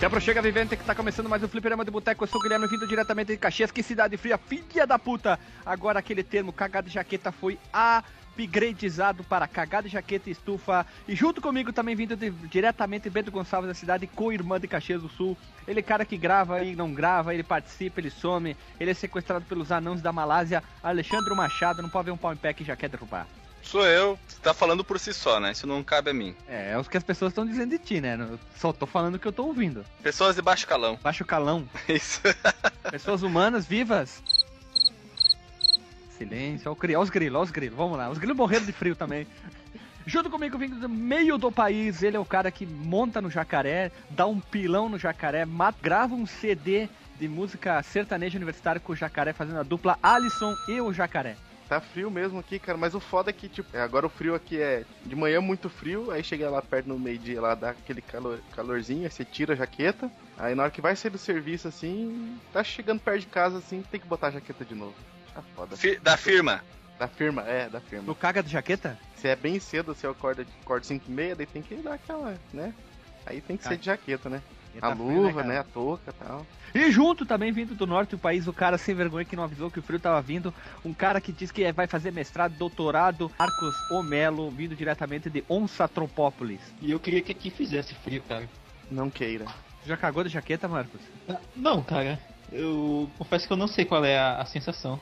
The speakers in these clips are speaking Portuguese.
Chega vivente que tá começando mais um Fliperama de Boteco. Eu sou o Guilherme, vindo diretamente de Caxias. Que cidade fria, filha da puta. Agora aquele termo, cagada de jaqueta, foi upgradeizado para cagada de jaqueta e estufa. E junto comigo também vindo diretamente Bento Gonçalves da cidade, co-irmã de Caxias do Sul. Ele é cara que grava e não grava, ele participa, ele some. Ele é sequestrado pelos anãos da Malásia. Alexandre Machado, não pode ver um pau em pé que já quer derrubar. Sou eu, você tá falando por si só, né? Isso não cabe a mim. É o que as pessoas estão dizendo de ti, né? Eu só tô falando o que eu tô ouvindo. Pessoas de baixo calão. Baixo calão. Isso. Pessoas humanas vivas. Silêncio. Olha os grilos. Vamos lá. Os grilos morreram de frio também. Junto comigo, vindo do meio do país, ele é o cara que monta no jacaré, dá um pilão no jacaré, grava um CD de música sertaneja universitária com o jacaré, fazendo a dupla Alisson e o jacaré. Tá frio mesmo aqui, cara, mas o foda é que, tipo, agora o frio aqui é de manhã muito frio, aí chega lá perto no meio-dia, lá dá aquele calorzinho, aí você tira a jaqueta, aí na hora que vai sair do serviço, assim, tá chegando perto de casa, assim, tem que botar a jaqueta de novo. Tá foda. Da firma. Da firma. No caga de jaqueta? Se é bem cedo, você acorda 5h30, daí tem que dar aquela, né? Aí tem que ser de jaqueta, né? A luva, né? A touca e tal. E junto também, vindo do norte do país, o cara sem vergonha que não avisou que o frio tava vindo. Um cara que diz que vai fazer mestrado, doutorado, Marcos Omelo, vindo diretamente de Onsatropópolis. E eu queria que aqui fizesse frio, cara. Não queira. Já cagou de jaqueta, Marcos? Não, cara. Eu confesso que eu não sei qual é a sensação.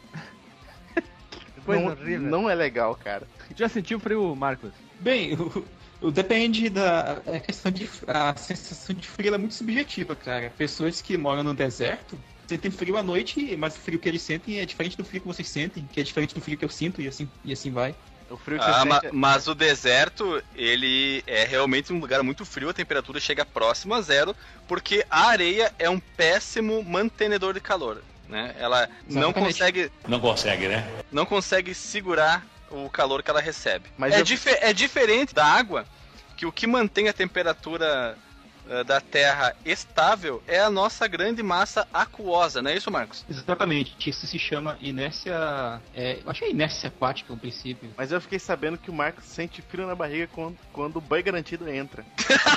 Coisa horrível. Não é legal, cara. Já sentiu frio, Marcos? Bem, depende da questão de... A sensação de frio é muito subjetiva, cara. Pessoas que moram no deserto sentem frio à noite, mas o frio que eles sentem é diferente do frio que vocês sentem, que é diferente do frio que eu sinto, e assim vai. O frio que você sente... Mas o deserto, ele é realmente um lugar muito frio, a temperatura chega próximo a zero, porque a areia é um péssimo mantenedor de calor, né? Ela não consegue... Não consegue, né? Não consegue segurar o calor que ela recebe. Mas é diferente da água, que o que mantém a temperatura da Terra estável é a nossa grande massa aquosa, não é isso, Marcos? Exatamente, isso se chama inércia... eu acho que é inércia aquática no princípio. Mas eu fiquei sabendo que o Marcos sente frio na barriga quando o banho garantido entra.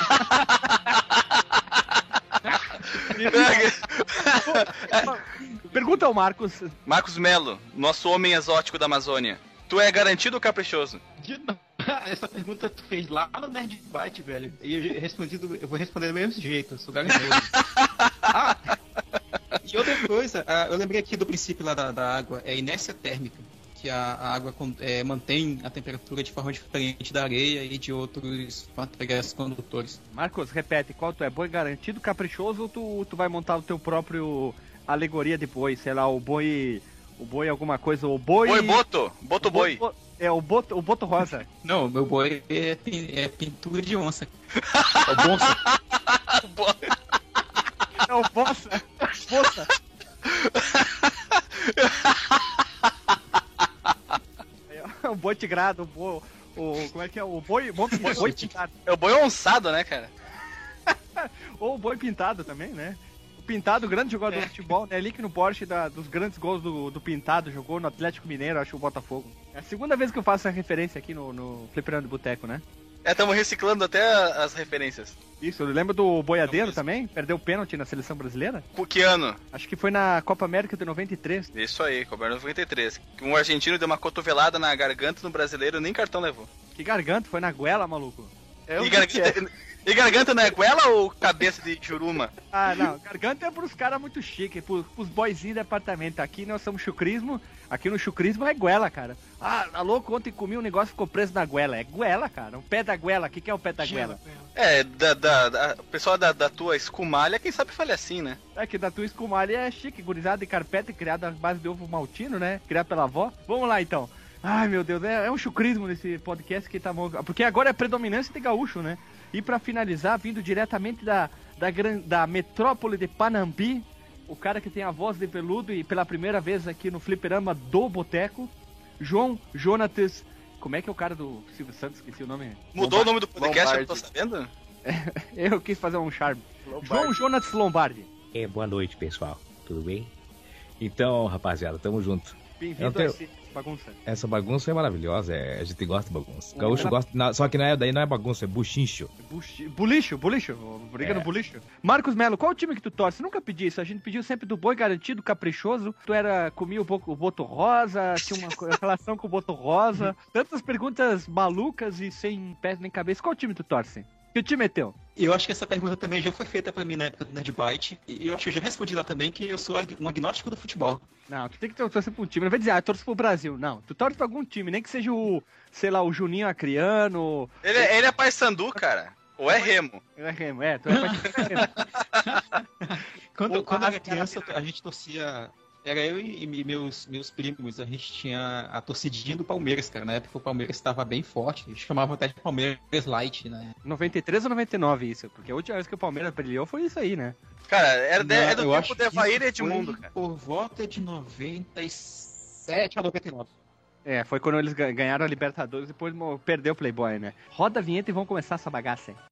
Pergunta ao Marcos. Marcos Melo, nosso homem exótico da Amazônia. Tu é garantido ou caprichoso? Essa pergunta tu fez lá no Nerd Byte, velho. E eu vou responder do mesmo jeito, eu sou garantido. E outra coisa, eu lembrei aqui do princípio lá da água, é inércia térmica. Que a água mantém a temperatura de forma diferente da areia e de outros materiais condutores. Marcos, repete, qual tu é? Boi garantido, caprichoso ou tu vai montar o teu próprio alegoria de boi? Sei lá, o boi alguma coisa, o boi... Boi boto boi. É, o boto rosa. Não, o meu boi é pintura de onça. É o bonça. É o bossa. Bossa. É o boi tigrado, como é que é? O boi pintado. É o boi onçado, né, cara? Ou o boi pintado também, né? O Pintado, grande jogador de futebol, né? Link no Porsche dos grandes gols do Pintado, jogou no Atlético Mineiro, acho, o Botafogo. É a segunda vez que eu faço essa referência aqui no Fliperama de Boteco, né? Estamos reciclando até as referências. Isso, eu lembro do Boiadeiro também, perdeu o pênalti na seleção brasileira. Que ano? Acho que foi na Copa América de 93. Isso aí, Copa América 93. Um argentino deu uma cotovelada na garganta no brasileiro, nem cartão levou. Que garganta? Foi na goela, maluco. E garganta não é goela ou cabeça de juruma? Ah, não. Garganta é pros caras muito chiques, pros boyzinhos de apartamento. Aqui nós somos chucrismo. Aqui no chucrismo é goela, cara. Ah, tá louco? Ontem comi um negócio e ficou preso na goela. É goela, cara. O pé da goela. O que é o pé da goela? É, o pessoal da tua escumalha, quem sabe fale assim, né? É que da tua escumalha é chique. Gurizada de carpete criada à base de ovo maltino, né? Criado pela avó. Vamos lá, então. Ai, meu Deus. É um chucrismo nesse podcast que tá bom. Porque agora é predominância de gaúcho, né? E pra finalizar, vindo diretamente da metrópole de Panambi, o cara que tem a voz de veludo e pela primeira vez aqui no Fliperama do Boteco, João Jonatas. Como é que é o cara do Silvio Santos? Esqueci o nome. Mudou o nome do podcast, Lombardi. eu tô sabendo? Eu quis fazer um charme. Lombardi. João Jonatas Lombardi. Boa noite, pessoal. Tudo bem? Então, rapaziada, tamo junto. Bem-vindo a esse bagunça. Essa bagunça é maravilhosa, a gente gosta de bagunça. O gaúcho gosta, só que daí não é bagunça, é buchincho. Bulicho. Briga no bulicho. Marcos Melo, qual o time que tu torce? Nunca pedi isso. A gente pediu sempre do boi garantido, caprichoso. Tu comia o boto rosa, tinha uma relação com o boto rosa. Tantas perguntas malucas e sem pé nem cabeça. Qual time tu torce? Que time é teu? Eu acho que essa pergunta também já foi feita pra mim na época do Nerdbyte. E eu acho que eu já respondi lá também que eu sou um agnóstico do futebol. Não, tu tem que torcer pra um time. Não vai dizer, eu torço pro Brasil. Não, tu torce pra algum time. Nem que seja o Juninho Acriano. Ele é Paysandu, cara. Ou é Remo? É Remo, tu é Remo. Quando eu era criança, a gente torcia... Era eu e meus primos, a gente tinha a torcidinha do Palmeiras, cara. Na época o Palmeiras estava bem forte, eles chamavam até de Palmeiras Light, né? 93 ou 99 isso? Porque a última vez que o Palmeiras brilhou foi isso aí, né? Cara, é do tempo de Evair e Edmundo, cara. Por volta de 97 a 99. Foi quando eles ganharam a Libertadores e depois perdeu o Playboy, né? Roda a vinheta e vamos começar essa bagaça aí.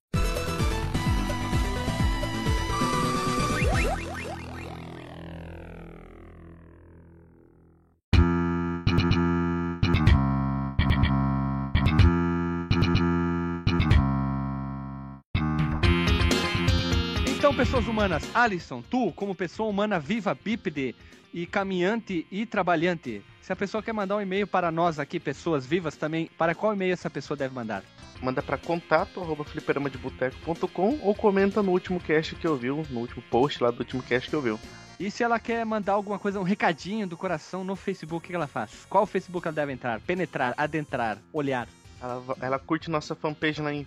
Então, pessoas humanas, Alisson, tu, como pessoa humana viva, bípede e caminhante e trabalhante, se a pessoa quer mandar um e-mail para nós aqui, pessoas vivas também, para qual e-mail essa pessoa deve mandar? Manda para contato@fliperamadeboteco.com ou comenta no último cast que ouviu, no último post lá do último cast que ouviu. E se ela quer mandar alguma coisa, um recadinho do coração no Facebook, o que ela faz? Qual Facebook ela deve entrar? Penetrar, adentrar, olhar? Ela curte nossa fanpage lá em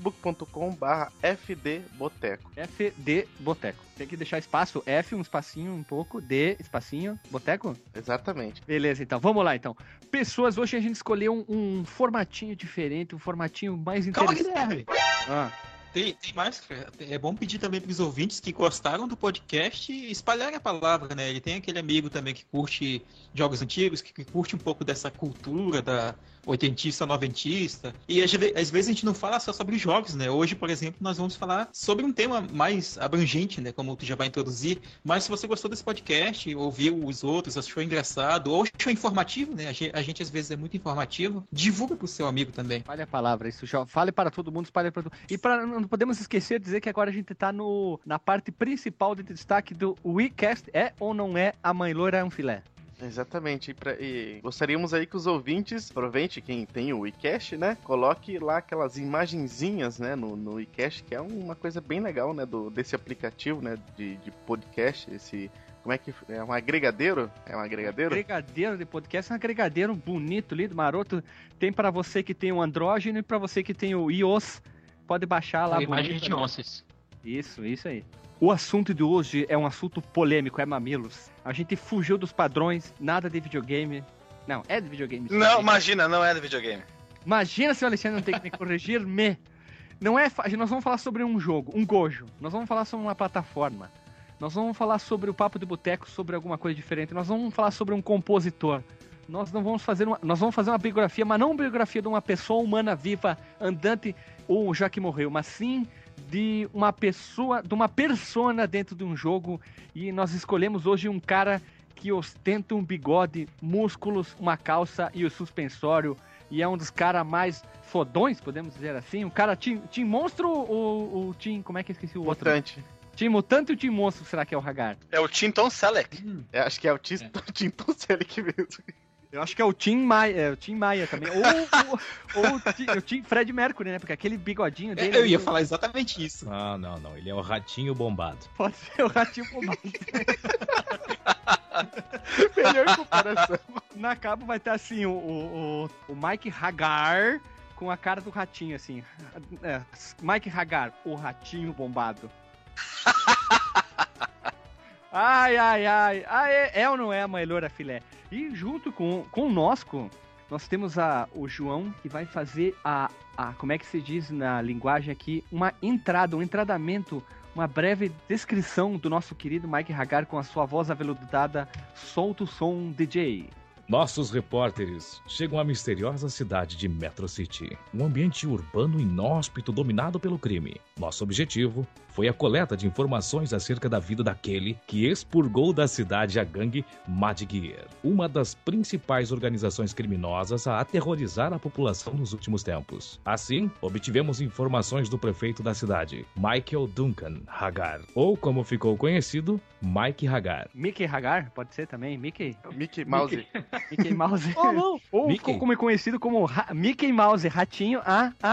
facebook.com/fdboteco. FDboteco. Tem que deixar espaço, F, um espacinho, um pouco, D, espacinho, boteco? Exatamente. Beleza, então. Vamos lá, então. Pessoas, hoje a gente escolheu um formatinho diferente, um formatinho mais interessante. Calma, Guilherme. Tem mais, cara. É bom pedir também para os ouvintes que gostaram do podcast espalharem a palavra, né? Ele tem aquele amigo também que curte jogos antigos, que curte um pouco dessa cultura da oitentista, noventista. E às vezes a gente não fala só sobre jogos, né? Hoje, por exemplo, nós vamos falar sobre um tema mais abrangente, né? Como tu já vai introduzir. Mas se você gostou desse podcast, ouviu os outros, achou engraçado, ou achou informativo, né? A gente às vezes é muito informativo. Divulga pro seu amigo também. Fale a palavra, isso já. Fale para todo mundo, espalhe para todo mundo. E não podemos esquecer de dizer que agora a gente tá na parte principal de destaque do WeCast. É ou não é a Mãe Loira é um filé? Exatamente, e gostaríamos aí que os ouvintes, provavelmente quem tem o WeCast, né, coloque lá aquelas imagenzinhas, né, no WeCast, que é uma coisa bem legal, né, desse aplicativo, né, de podcast, como é que é? Um agregadeiro? É um agregadeiro? Agregadeiro de podcast, é um agregadeiro bonito, lindo, maroto. Tem para você que tem o Andrógeno e para você que tem o iOS, pode baixar lá. Imagem de onças. Isso aí. O assunto de hoje é um assunto polêmico, é mamilos. A gente fugiu dos padrões, nada de videogame. Não, é de videogame. Não, imagina, não é de videogame. Imagina se o Alexandre não tem que me corrigir-me. Não é, nós vamos falar sobre um jogo, um gojo. Nós vamos falar sobre uma plataforma. Nós vamos falar sobre o Papo de Boteco, sobre alguma coisa diferente. Nós vamos falar sobre um compositor. Nós vamos fazer uma biografia, mas não uma biografia de uma pessoa humana viva, andante, ou já que morreu, mas sim de uma pessoa, de uma persona dentro de um jogo. E nós escolhemos hoje um cara que ostenta um bigode, músculos, uma calça e o suspensório, e é um dos caras mais fodões, podemos dizer assim. Um cara Team Monstro ou Team, como é que eu esqueci o outro? Mutante. Team Mutante ou Team Monstro, será que é o Hagar? É o Team Tom Selleck. Acho que é o Team Tom Selleck mesmo. Eu acho que é o Team Maia, também. Ou o Team Fred Mercury, né? Porque aquele bigodinho dele... Eu ia falar exatamente isso. Não. Ele é o ratinho bombado. Pode ser o ratinho bombado. Melhor comparação. Na cabo vai estar assim, o Mike Hagar com a cara do ratinho, assim. Mike Hagar, o ratinho bombado. Ai, é ou não é a Mãe Loira Filé? E junto conosco, nós temos o João, que vai fazer como é que se diz na linguagem aqui, um entradamento, uma breve descrição do nosso querido Mike Hagar com a sua voz aveludada. Solta o som, DJ. Nossos repórteres chegam à misteriosa cidade de Metro City, um ambiente urbano inóspito dominado pelo crime. Nosso objetivo foi a coleta de informações acerca da vida daquele que expurgou da cidade a gangue Mad Gear, uma das principais organizações criminosas a aterrorizar a população nos últimos tempos. Assim, obtivemos informações do prefeito da cidade, Michael Duncan Hagar, ou como ficou conhecido, Mike Hagar. Mickey Hagar, pode ser também, Mickey Mouse. Mickey Mouse. Oh, não. Ou Mickey. ficou como é conhecido como Mickey Mouse, ratinho,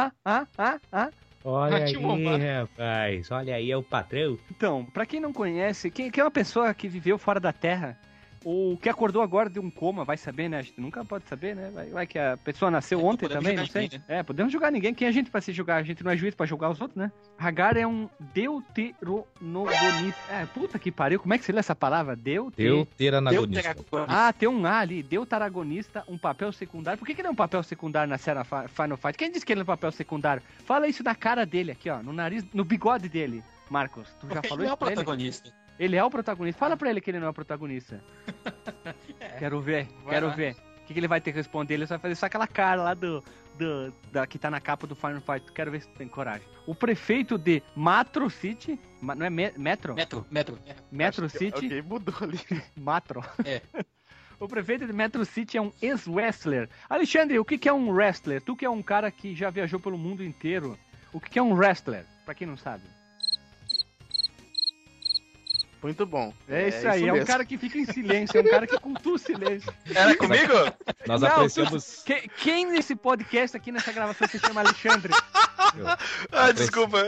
Olha aí, rapaz, olha aí, é o patrão. Então, pra quem não conhece, quem é uma pessoa que viveu fora da Terra, ou que acordou agora de um coma, vai saber, né? A gente nunca pode saber, né? Vai que a pessoa nasceu ontem também, não sei. Ninguém, né? Podemos julgar ninguém. Quem é a gente pra se julgar? A gente não é juiz pra julgar os outros, né? Hagar é um deuteronogonista. Puta que pariu. Como é que se lê essa palavra? Deuteranagonista. Tem um A ali. Deuteragonista, um papel secundário. Por que ele é um papel secundário na série Final Fight? Quem disse que ele é um papel secundário? Fala isso na cara dele aqui, ó. No nariz, no bigode dele. Marcos, tu já falou Ele é isso o pra ele? protagonista. Ele é o protagonista. Fala pra ele que ele não é o protagonista. Quero ver. O que ele vai ter que responder? Ele vai fazer só aquela cara lá da que tá na capa do Final Fight. Quero ver se tu tem coragem. O prefeito de Metro City... Não é Metro? Metro City... Alguém mudou ali. Matro. É. O prefeito de Metro City é um ex-wrestler. Alexandre, o que é um wrestler? Tu que é um cara que já viajou pelo mundo inteiro. O que é um wrestler? Pra quem não sabe. Muito bom. É isso aí, é um mesmo. cara que fica em silêncio, é um cara que cultua o silêncio. Era comigo? Nós Não, apreciamos... Quem nesse podcast aqui, nessa gravação, se chama Alexandre? Desculpa.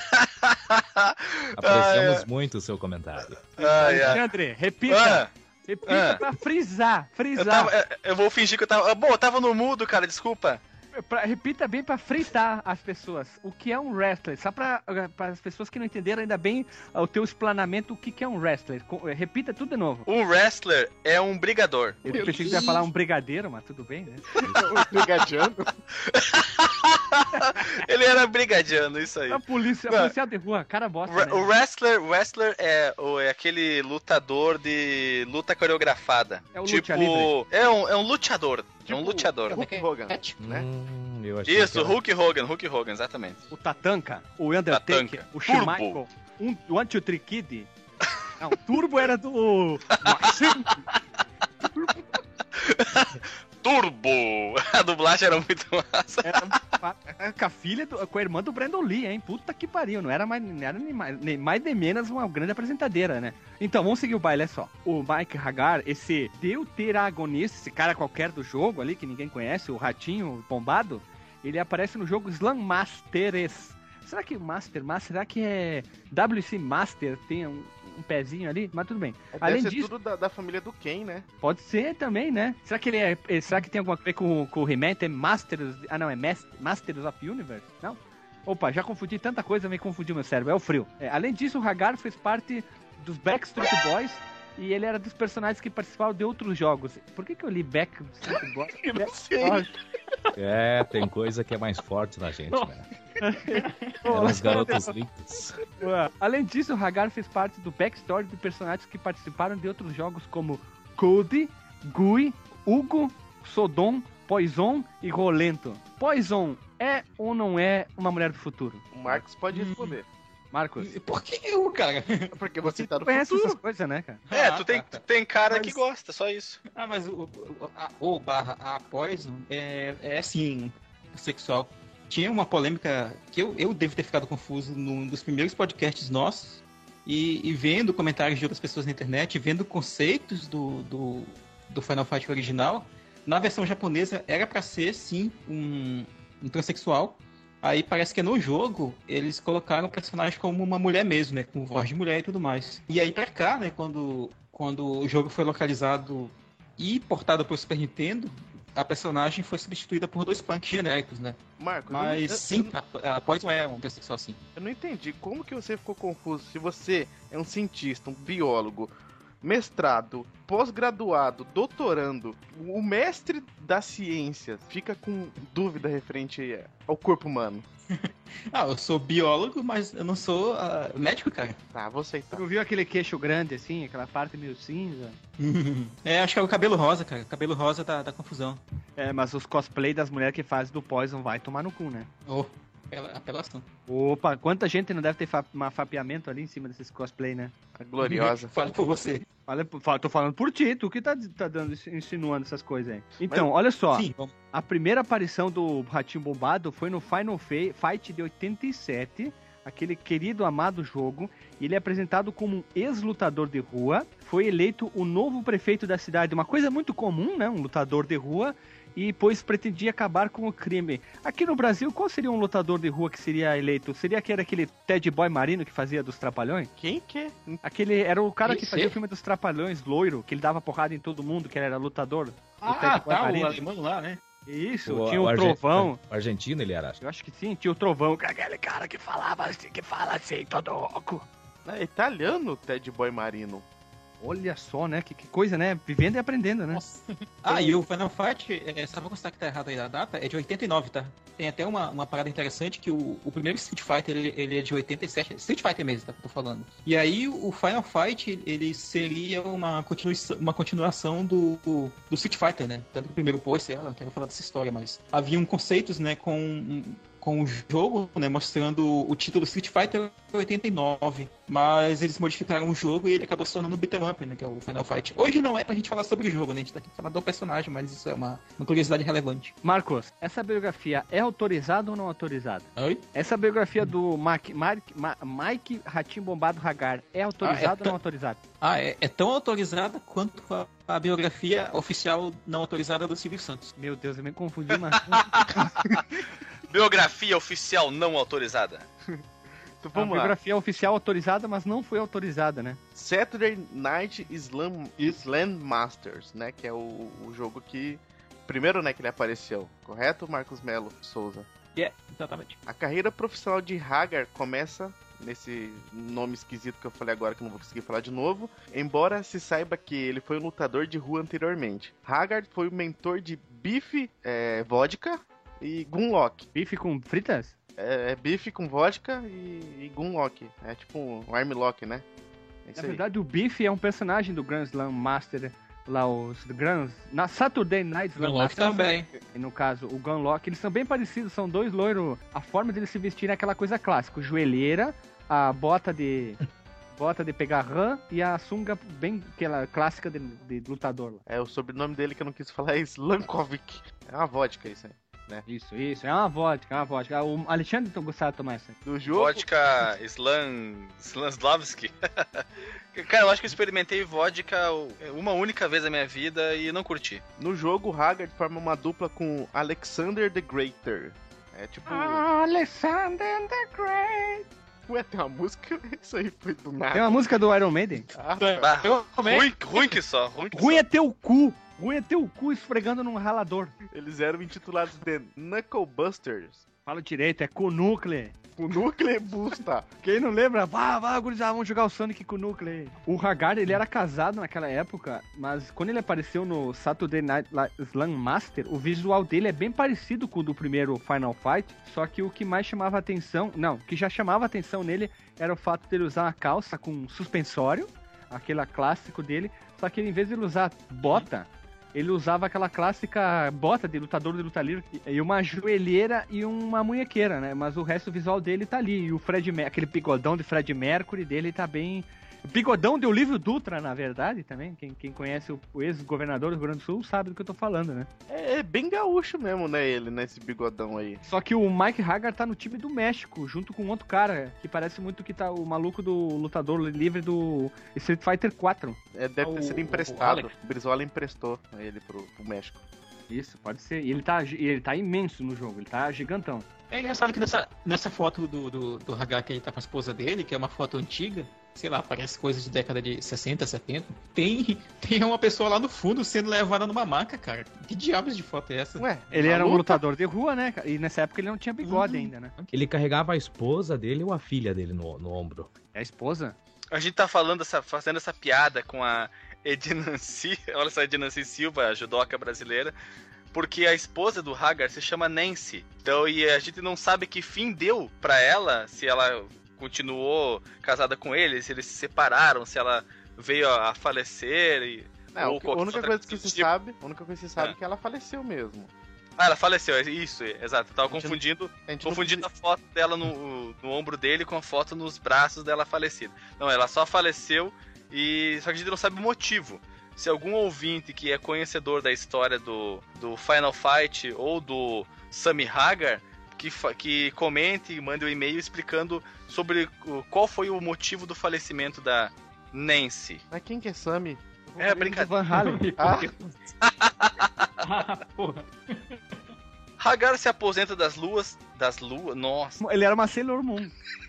Apreciamos muito o seu comentário. Alexandre, repita. Repita pra frisar. Eu vou fingir que eu tava... Bom, eu tava no mudo, cara, desculpa. Repita bem pra fritar as pessoas. O que é um wrestler? Só pra as pessoas que não entenderam ainda bem o teu explanamento, o que é um wrestler. Repita tudo de novo. Um wrestler é um brigador. Eu pensei que você ia falar um brigadeiro, mas tudo bem, né? Brigadiano. Ele era brigadiano, isso aí. A policial de rua, cara bosta, né? O wrestler é aquele lutador de luta coreografada. É o tipo, lucha livre. É um luteador. É um luteador. Hulk Hogan, né? Eu achei Isso, que era- Hulk Hogan, exatamente. O Tatanka, o Undertaker, Tatanka. o Schmeichel, o One Two Three Kid. Não, o Turbo era do... Turbo! A dublagem era muito massa. Era com a filha, com a irmã do Brandon Lee, hein? Puta que pariu, não era nem mais nem menos uma grande apresentadeira, né? Então, vamos seguir o baile, é só. O Mike Hagar, esse deuteragonista, esse cara qualquer do jogo ali, que ninguém conhece, o ratinho bombado, ele aparece no jogo Slam Masters. Será que será que é WC Master? Tem um pezinho ali? Mas tudo bem. Deve Além ser disso, tudo da família do Ken, né? pode ser também, né? Será que será que tem alguma coisa a ver com o He-Man? Tem Masters... Ah, não, é Masters of Universe? Não? Opa, já confundi tanta coisa, me confundiu meu cérebro. É o frio. Além disso, o Hagar fez parte dos Backstreet Boys e ele era dos personagens que participavam de outros jogos. Por que eu li Backstreet Boys? Eu não sei. Tem coisa que é mais forte na gente, né? Eram os garotos lindos. Além disso, o Hagar fez parte do backstory de personagens que participaram de outros jogos como Cody, Gui, Hugo, Sodom, Poison e Rolento. Poison é ou não é uma mulher do futuro? O Marcos pode responder. Marcos, Por que eu, cara? Porque você tá no conhece futuro. essas coisas, né, cara? Tu tem cara que gosta, só isso. Mas a Poison é assim, sexual. Tinha uma polêmica que eu devo ter ficado confuso num dos primeiros podcasts nossos e vendo comentários de outras pessoas na internet, vendo conceitos do Final Fight original. Na versão japonesa era pra ser, sim, um transexual. Aí parece que no jogo eles colocaram o personagem como uma mulher mesmo, né? Com voz de mulher e tudo mais. E aí pra cá, né? Quando o jogo foi localizado e portado pro Super Nintendo, a personagem foi substituída por dois punks genéricos, né? Marcos, Mas sim, a Poison é um transexual, sim. eu não entendi. Como que você ficou confuso se você é um cientista, um biólogo, mestrado, pós-graduado, doutorando, o mestre da ciência fica com dúvida referente ao corpo humano? Eu sou biólogo, mas eu não sou médico, cara. Tá, vou aceitar. Tu viu aquele queixo grande, assim, aquela parte meio cinza? Acho que é o cabelo rosa, cara. O cabelo rosa da confusão. Mas os cosplay das mulheres que fazem do Poison vai tomar no cu, né? Oh. apelação. Opa, quanta gente não deve ter mafapeamento ali em cima desses cosplay, né? A gloriosa. Fala por você. Tô falando por ti, tu que tá insinuando essas coisas aí. Então, olha só. Sim, vamos. A primeira aparição do Ratinho Bombado foi no Final Fight de 87, aquele querido, amado jogo. Ele é apresentado como um ex-lutador de rua, foi eleito o novo prefeito da cidade, uma coisa muito comum, né? Um lutador de rua, e pois pretendia acabar com o crime. Aqui no Brasil, qual seria um lutador de rua que seria eleito? Seria que era aquele Ted Boy Marino que fazia dos Trapalhões? Quem que é? Aquele era o cara que Esse? fazia o filme dos Trapalhões, loiro, que ele dava porrada em todo mundo, que ele era lutador. Ah, Ted Boy tá, o Marino. alemão lá, né? Isso, tinha o Trovão. O argentino ele era, acho. Eu acho que sim, tinha o Trovão, que é aquele cara que falava assim, que fala assim, todo louco. É italiano, Ted Boy Marino. Olha só, né? Que coisa, né? Vivendo e aprendendo, né? Nossa. Ah, e o Final Fight, só pra constar que tá errado aí a data, é de 89, tá? Tem até uma parada interessante que o primeiro Street Fighter, ele é de 87, Street Fighter mesmo, tá? Que eu tô falando. E aí o Final Fight, ele seria uma continuação do Street Fighter, né? Tanto que o primeiro pôster, eu não quero falar dessa história, mas haviam conceitos, né, com o jogo, né, mostrando o título Street Fighter 89, mas eles modificaram o jogo e ele acabou se tornando o beat'em up, né, que é o Final Fight. Hoje não é pra gente falar sobre o jogo, né, a gente tá aqui falando do personagem, mas isso é uma curiosidade relevante. Marcos, essa biografia é autorizada ou não autorizada? Oi? Essa biografia do Mike Ratinho Bombado Hagar é autorizada ou não autorizada? É tão autorizada quanto a biografia oficial não autorizada do Silvio Santos. Meu Deus, eu me confundi, mas... Biografia oficial não autorizada. Então A vamos lá. biografia oficial autorizada, mas não foi autorizada, né? Saturday Night Slam Masters, né? Que é o jogo que... Primeiro, né, que ele apareceu. Correto, Marcos Melo Souza? Exatamente. A carreira profissional de Hagar começa nesse nome esquisito que eu falei agora, que eu não vou conseguir falar de novo, embora se saiba que ele foi um lutador de rua anteriormente. Hagar foi o mentor de Biff Vodka e Gunlock. Bife com fritas? É Biff com vodka e Gunlock. É tipo um Armlock, né? É isso Na aí. verdade, o Biff é um personagem do Grand Slam Master, lá os Grands... Na Saturday Night Slam Gunlock Master, também. e no caso, o Gunlock, eles são bem parecidos, são dois loiros. A forma deles se vestirem é aquela coisa clássica, joelheira, a bota de pegar rã e a sunga bem aquela clássica de lutador. Lá. O sobrenome dele que eu não quis falar é Slankovic. É uma vodka isso aí. Isso, é uma vodka, O Alexandre gostava de tomar essa. Do jogo... Vodka Slanslavski. Cara, eu acho que eu experimentei vodka uma única vez na minha vida e não curti. No jogo, Haggard forma uma dupla com Alexander the Greater. É tipo... Alexander the Great. Ué, tem uma música? Isso aí foi do nada. Tem uma música do Iron Maiden? Ah, Bah, Eu também. ruim que só. Ruim é teu cu. Ruim é teu cu esfregando num ralador. eles eram intitulados de Knucklebusters. Fala direito, é cu núcleo. O núcleo busta. Quem não lembra, vá, gurizada, vamos jogar o Sonic com o núcleo. O Haggard, ele era casado naquela época, mas quando ele apareceu no Saturday Night Slam Master, o visual dele é bem parecido com o do primeiro Final Fight, só que o que mais chamava atenção, que já chamava atenção nele, era o fato dele usar uma calça com suspensório, aquele clássico dele, só que em vez de ele usar bota, ele usava aquela clássica bota de lutador de luta livre e uma joelheira e uma munhequeira, né? Mas o resto do visual dele tá ali. E o aquele bigodão de Fred Mercury dele tá bem... Bigodão de Olívio Dutra, na verdade, também. Quem conhece o ex-governador do Rio Grande do Sul sabe do que eu tô falando, né? É bem gaúcho mesmo, né, ele, né, esse bigodão aí. Só que o Mike Haggard tá no time do México, junto com outro cara, que parece muito que tá o maluco do lutador livre do Street Fighter 4. Deve ter sido emprestado. O Brizola emprestou ele pro México. Isso, pode ser. E ele tá imenso no jogo, ele tá gigantão. É engraçado que nessa foto do Hagar que ele tá com a esposa dele, que é uma foto antiga, sei lá, parece coisa de década de 60, 70, tem uma pessoa lá no fundo sendo levada numa maca, cara. Que diabos de foto é essa? Ué, Ele na era um luta? lutador de rua, né? E nessa época ele não tinha bigode ainda, né? Ele carregava a esposa dele ou a filha dele no ombro. É a esposa? A gente tá fazendo essa piada com a Edinancy, olha só, a Edinancy Silva, a judoca brasileira, porque a esposa do Hagar se chama Nancy. Então, e a gente não sabe que fim deu pra ela, se ela continuou casada com ele, se eles se separaram, se ela veio a falecer. Não, ou a qualquer única outra coisa que se tipo. sabe é que ela faleceu mesmo. Ah, ela faleceu, isso, exato. Eu tava A gente confundindo a foto dela no ombro dele com a foto nos braços dela falecida. Não, ela só faleceu só que a gente não sabe o motivo. Se algum ouvinte que é conhecedor da história do Final Fight ou do Sammy Hagar, que comente e mande um e-mail explicando sobre qual foi o motivo do falecimento da Nancy. Mas quem que é Sammy? É brincadeira. Van Halen. Porra. Hagar se aposenta das luas. Nossa. Ele era uma Sailor Moon.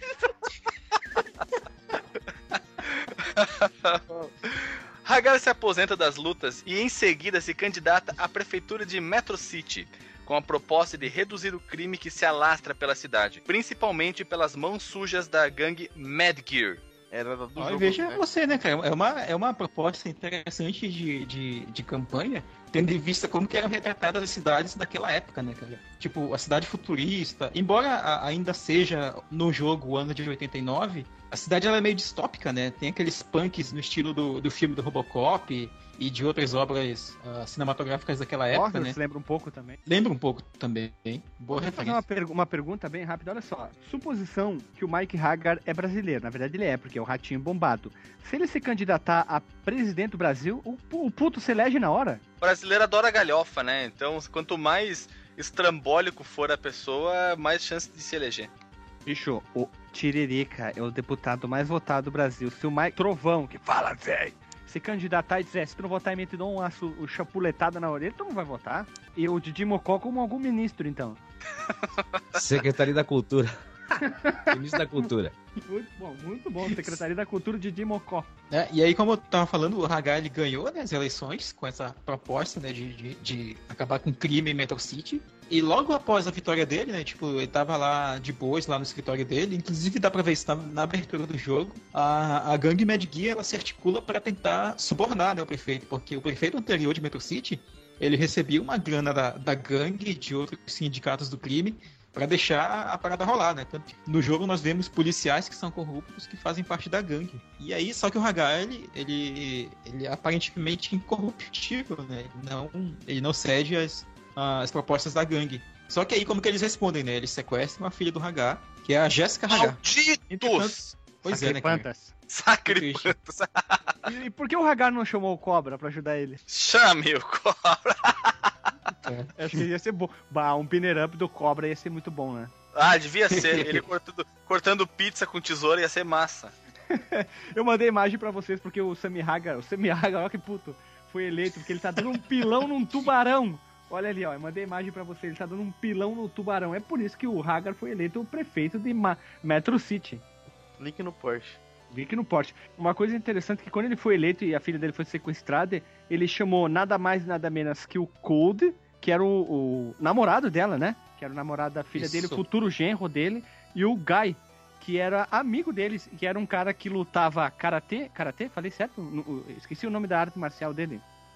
Hagar se aposenta das lutas e em seguida se candidata à prefeitura de Metro City, com a proposta de reduzir o crime que se alastra pela cidade, principalmente pelas mãos sujas da gangue Mad Gear. Era do jogo, Veja né? você, né, cara? É uma proposta interessante de campanha, tendo em vista como que eram retratadas as cidades daquela época, né, cara? Tipo, a cidade futurista, embora ainda seja no jogo o ano de 89, a cidade ela é meio distópica, né? Tem aqueles punks no estilo do filme do Robocop e de outras obras cinematográficas daquela época, né? Lembra um pouco também. Lembra um pouco também, hein? Boa Vou fazer referência. uma pergunta bem rápida, olha só. Suposição que o Mike Hagar é brasileiro, na verdade ele é, porque é o ratinho bombado. Se ele se candidatar a presidente do Brasil, o puto se elege na hora. O brasileiro adora galhofa, né? Então, quanto mais estrambólico for a pessoa, mais chance de se eleger. Bicho, o Tiririca é o deputado mais votado do Brasil. Se o Mike Trovão, que fala, velho, se candidatar e dizer, se tu não votar em mim, tu dá uma chapuletada na orelha, tu não vai votar. E o Didi Mocó como algum ministro, então. Secretaria da Cultura. Ministro da Cultura. Muito bom. Secretaria da Cultura, Didi Mocó. E aí, como eu tava falando, o Hagar ele ganhou, né, as eleições com essa proposta, né, de acabar com o crime em Metro City. E logo após a vitória dele, né, tipo, ele tava lá de boas, lá no escritório dele. Inclusive dá pra ver isso na abertura do jogo. A gangue Mad Gear, ela se articula para tentar subornar, né, o prefeito. Porque o prefeito anterior de Metro City, ele recebia uma grana da gangue e de outros sindicatos do crime para deixar a parada rolar, né? Tanto que no jogo nós vemos policiais que são corruptos que fazem parte da gangue. E aí, só que o Hagar, ele é aparentemente incorruptível, né? Ele não cede as propostas da gangue. Só que aí, como que eles respondem, né? Eles sequestram a filha do Hagar, que é a Jéssica Hagar. Malditos! Pois é, né, cara? Sacripantas. Sacripantas! E por que o Hagar não chamou o Cobra pra ajudar ele? Chame o cobra! Acho que ia ser bom. Um pinner up do Cobra ia ser muito bom, né? Ah, devia ser. Ele cortando pizza com tesoura ia ser massa. Eu mandei imagem pra vocês porque o Sammy Hagar, olha que puto, foi eleito porque ele tá dando um pilão num tubarão. Olha ali, ó, eu mandei imagem pra vocês, ele tá dando um pilão no tubarão. É por isso que o Hagar foi eleito o prefeito de Metro City. Link no Porsche. Link no Porsche. Uma coisa interessante é que quando ele foi eleito e a filha dele foi sequestrada, ele chamou nada mais nada menos que o Cold, que era o namorado dela, né? Que era o namorado da filha dele, o futuro genro dele, e o Guy, que era amigo deles, que era um cara que lutava karatê? Falei certo? Esqueci o nome da arte marcial dele.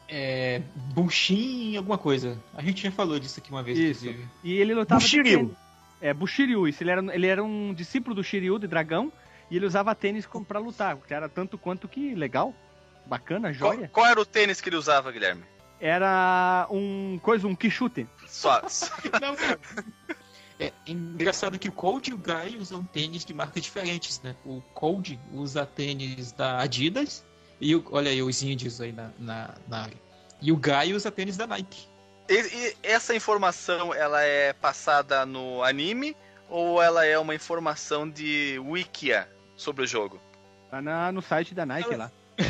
Bushin alguma coisa. A gente já falou disso aqui uma vez, Isso. inclusive. E ele lutava... Bushiryu. Bushiryu. Isso, ele era um discípulo do Shiryu, de dragão, e ele usava tênis pra lutar, que era tanto quanto que legal, bacana, joia. Qual era o tênis que ele usava, Guilherme? Era um quichute. Só. Não, cara. É engraçado que o Cold e o Guy usam tênis de marcas diferentes, né? O Cold usa tênis da Adidas e olha aí os índios aí na área. E o Guy usa tênis da Nike. E essa informação, ela é passada no anime ou ela é uma informação de Wikia sobre o jogo? Tá no site da Nike lá.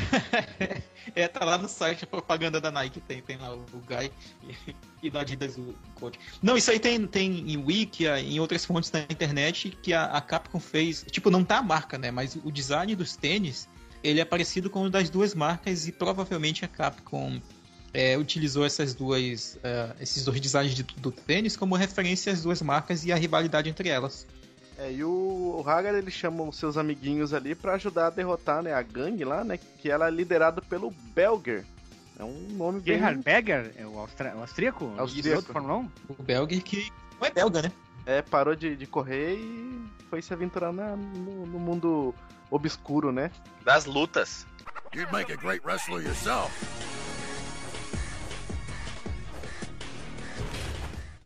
Tá lá no site a propaganda da Nike, tem lá o Guy e do Adidas o Coach. Não, isso aí tem em Wiki, em outras fontes da internet que a Capcom fez, tipo, não tá a marca, né, mas o design dos tênis, ele é parecido com o das duas marcas e provavelmente a Capcom utilizou esses dois designs do tênis como referência às duas marcas e a rivalidade entre elas. E o Hagar, ele chama os seus amiguinhos ali pra ajudar a derrotar, né, a gangue lá, né, que ela é liderada pelo Belger. É um nome bem... Gerhard Berger? É o austríaco? Austríaco. Do Fórmula 1? O Belger que não é belga, né? Parou de correr e foi se aventurar no mundo obscuro, né? Das lutas. You'd make a great wrestler yourself.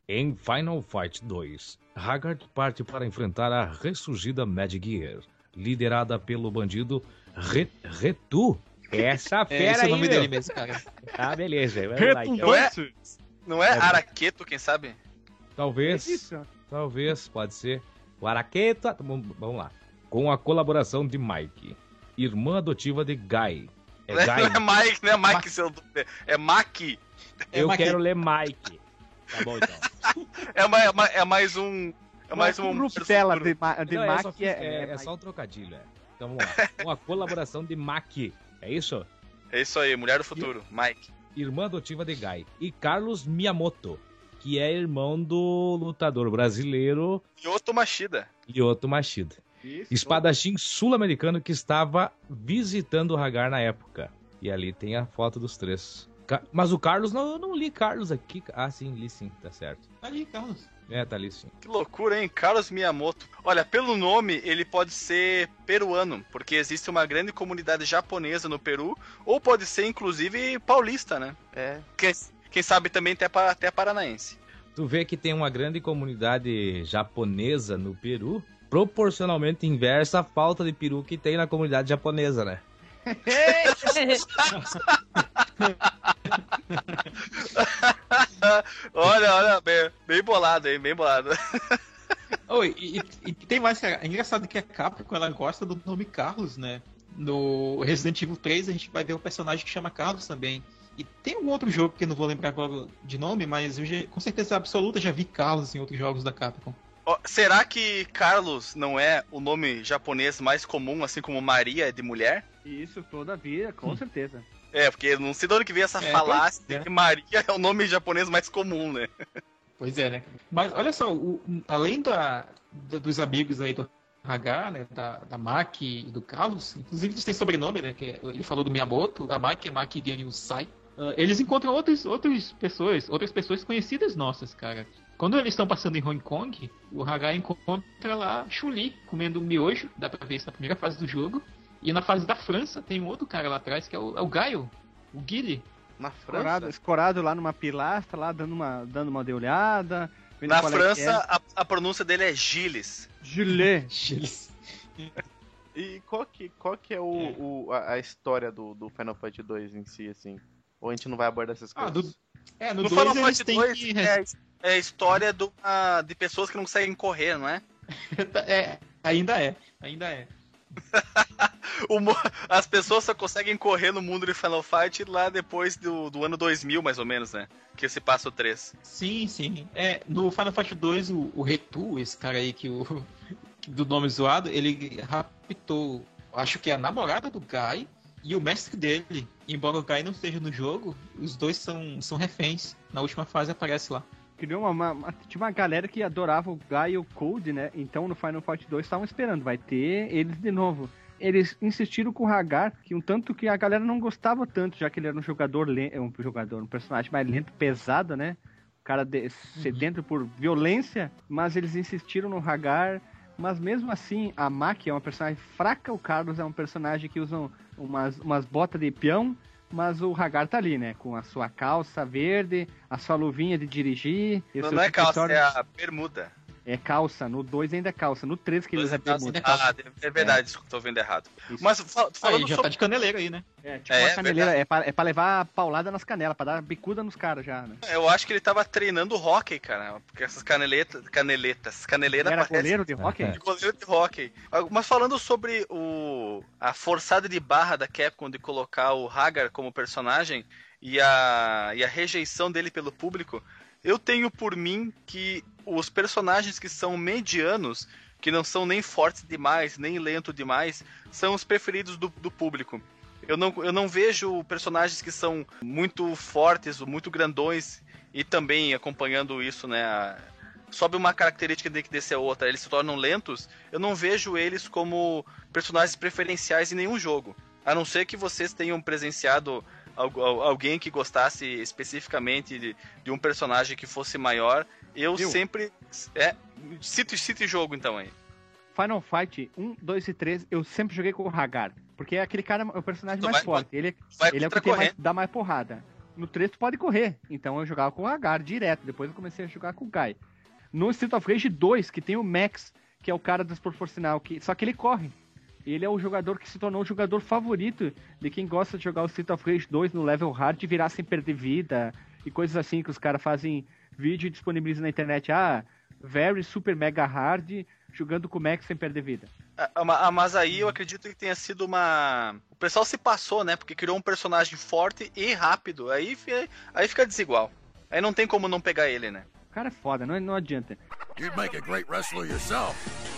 Em Final Fight 2, Haggard parte para enfrentar a ressurgida Mad Gear, liderada pelo bandido Retu. Essa fera esse é o nome aí, dele meu. mesmo, cara. Ah, beleza. Vamos lá, então. Não é Araqueto, quem sabe? Talvez, Isso. talvez, pode ser. O Araqueta, vamos lá. Com a colaboração de Mike, irmã adotiva de Guy. É Não Guy. é Mike, não é Mike, seu... é Maki. Eu Mike. quero ler Mike. Tá bom, então. É mais um... É mais um... Ruptela de Não, Mac é só um trocadilho, é. Então vamos lá. Com a colaboração de Maki. É isso? É isso aí, Mulher do Futuro, Mike. Irmã adotiva de Guy. E Carlos Miyamoto, que é irmão do lutador brasileiro Yoto Machida. Lyoto Machida. Isso. Espadachim sul-americano que estava visitando o Hagar na época. E ali tem a foto dos três. Mas o Carlos, eu não li Carlos aqui. Ah, sim, li sim, tá certo. Ali, Carlos. É, tá ali sim. Que loucura, hein? Carlos Miyamoto. Olha, pelo nome, ele pode ser peruano, porque existe uma grande comunidade japonesa no Peru, ou pode ser, inclusive, paulista, né? É. Quem sabe também até paranaense. Tu vê que tem uma grande comunidade japonesa no Peru, proporcionalmente inversa à falta de peru que tem na comunidade japonesa, né? Olha, bem bolado, hein? Bem bolado. Oi, e tem mais, cara. É engraçado que a Capcom, ela gosta do nome Carlos, né? No Resident Evil 3 a gente vai ver um personagem que chama Carlos também. E tem um outro jogo que eu não vou lembrar agora de nome, mas eu com certeza absoluta já vi Carlos em outros jogos da Capcom. Será que Carlos não é o nome japonês mais comum, assim como Maria é de mulher? Isso, toda a vida, com certeza. É, porque não sei de onde que veio essa falácia de que Maria é o nome japonês mais comum, né? Pois é, né? Mas olha só, além dos amigos aí do Hagar, né? Da Maki e do Carlos, inclusive eles têm sobrenome, né? Que ele falou do Miyamoto, a Maki é Maki Gyan-Sai. Eles encontram outras pessoas conhecidas nossas, cara. Quando eles estão passando em Hong Kong, o Hagar encontra lá Chun-Li comendo um miojo, dá pra ver isso na primeira fase do jogo. E na fase da França tem um outro cara lá atrás que é o Gaio, o Guile. Na França? Escorado lá numa pilastra, lá dando uma olhada. Na França, a pronúncia dele é Gilles. Gilles. E qual que é a história do Final Fight 2 em si, assim? Ou a gente não vai abordar essas coisas? No Final 2 Fight 2 é a história de pessoas que não conseguem correr, não é? Ainda é. As pessoas só conseguem correr no mundo de Final Fight lá depois do ano 2000, mais ou menos, né? Que se passa o 3. Sim. No Final Fight 2, o Retu, esse cara aí do nome zoado, ele raptou, acho que é a namorada do Guy e o mestre dele. Embora o Guy não esteja no jogo, os dois são reféns. Na última fase aparece lá. Criou tinha uma galera que adorava o Guy e o Cold, né? Então no Final Fight 2 estavam esperando, vai ter eles de novo. Eles insistiram com o Hagar, que um tanto que a galera não gostava tanto, já que ele era um personagem mais lento, pesado, né? O cara sedento por violência, mas eles insistiram no Hagar. Mas mesmo assim, a Maki é uma personagem fraca, o Carlos é um personagem que usa umas botas de peão, mas o Hagar tá ali, né? Com a sua calça verde, a sua luvinha de dirigir. Não é calça, é a bermuda. É calça, no 2 ainda é calça, no 3 que ele usa bermuda. É verdade, desculpa, tô vendo errado. Isso. Mas falando já tá de caneleira aí, né? Uma caneleira, é pra levar paulada nas canelas, pra dar bicuda nos caras já, né? Eu acho que ele tava treinando hockey, cara, porque essas caneleiras era goleiro de hockey? Goleiro de hockey. Mas falando sobre a forçada de barra da Capcom de colocar o Hagar como personagem e a rejeição dele pelo público, eu tenho por mim que os personagens que são medianos, que não são nem fortes demais, nem lento demais, são os preferidos do público. Eu não vejo personagens que são muito fortes, muito grandões, e também acompanhando isso, né, sobe uma característica de que descer outra, eles se tornam lentos, eu não vejo eles como personagens preferenciais em nenhum jogo. A não ser que vocês tenham presenciado alguém que gostasse especificamente de um personagem que fosse maior. Eu sempre... Cite jogo, então, aí. Final Fight 1, 2 e 3, eu sempre joguei com o Hagar. Porque aquele cara é o personagem mais forte. Ele é o que dá mais porrada. No 3 tu pode correr. Então eu jogava com o Hagar direto. Depois eu comecei a jogar com o Guy. No Street of Rage 2, que tem o Max, que é o cara desproporcional, só que ele corre. Ele é o jogador que se tornou o jogador favorito de quem gosta de jogar o Street of Rage 2 no level hard e virar sem perder vida. E coisas assim que os caras fazem vídeo e disponibilizam na internet. Very super mega hard, jogando com o Max sem perder vida. Mas aí eu acredito que tenha sido uma... O pessoal se passou, né? Porque criou um personagem forte e rápido. Aí fica desigual. Aí não tem como não pegar ele, né? O cara é foda, não adianta. You'd make a great wrestler yourself.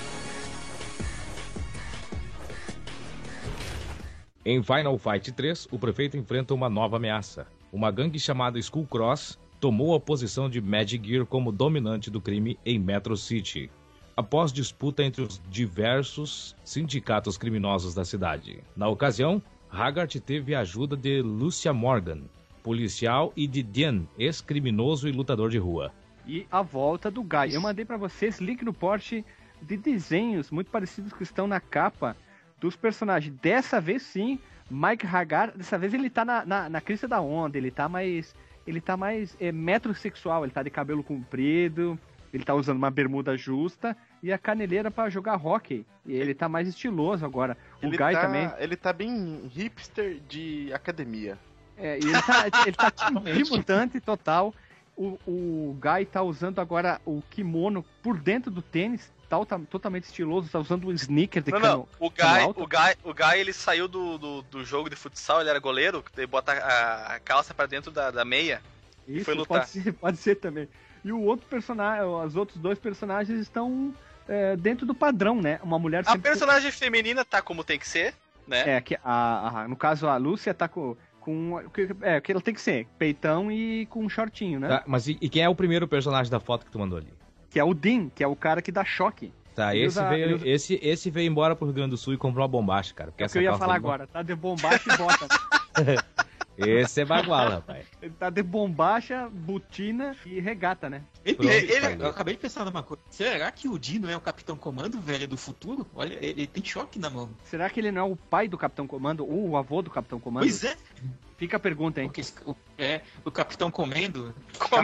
Em Final Fight 3, o prefeito enfrenta uma nova ameaça. Uma gangue chamada Skull Cross tomou a posição de Magic Gear como dominante do crime em Metro City, após disputa entre os diversos sindicatos criminosos da cidade. Na ocasião, Haggard teve a ajuda de Lucia Morgan, policial, e de Dean, ex-criminoso e lutador de rua. E a volta do Guy. Eu mandei pra vocês link no post de desenhos muito parecidos que estão na capa dos personagens. Dessa vez sim, Mike Hagar, dessa vez ele tá na crista da onda, ele tá mais metrosexual, ele tá de cabelo comprido, ele tá usando uma bermuda justa e a caneleira pra jogar hockey. E ele tá mais estiloso agora. O Guy também. Ele tá bem hipster de academia. E ele tá mutante total. O Guy tá usando agora o kimono por dentro do tênis, totalmente estiloso, tá usando um sneaker de cano. O Guy ele saiu do jogo de futsal, ele era goleiro, ele bota a calça pra dentro da meia. Isso, e foi lutar. Pode ser também. E o outro personagem, os outros dois personagens estão dentro do padrão, né? Uma mulher sempre... A personagem feminina tá como tem que ser, né? No caso a Lúcia tá com o que ela tem que ser, peitão e com um shortinho, né? Tá, mas e quem é o primeiro personagem da foto que tu mandou ali? Que é o Dean, que é o cara que dá choque. Tá, esse veio embora pro Rio Grande do Sul e comprou uma bombacha, cara. É o que eu ia falar agora, tá de bombacha e bota. Esse é baguala, rapaz. Ele tá de bombacha, botina e regata, né? Eu acabei de pensar numa coisa. Será que o Dino é o Capitão Comando, velho, do futuro? Olha, ele tem choque na mão. Será que ele não é o pai do Capitão Comando ou o avô do Capitão Comando? Pois é. Fica a pergunta, hein? Porque o Capitão Comendo.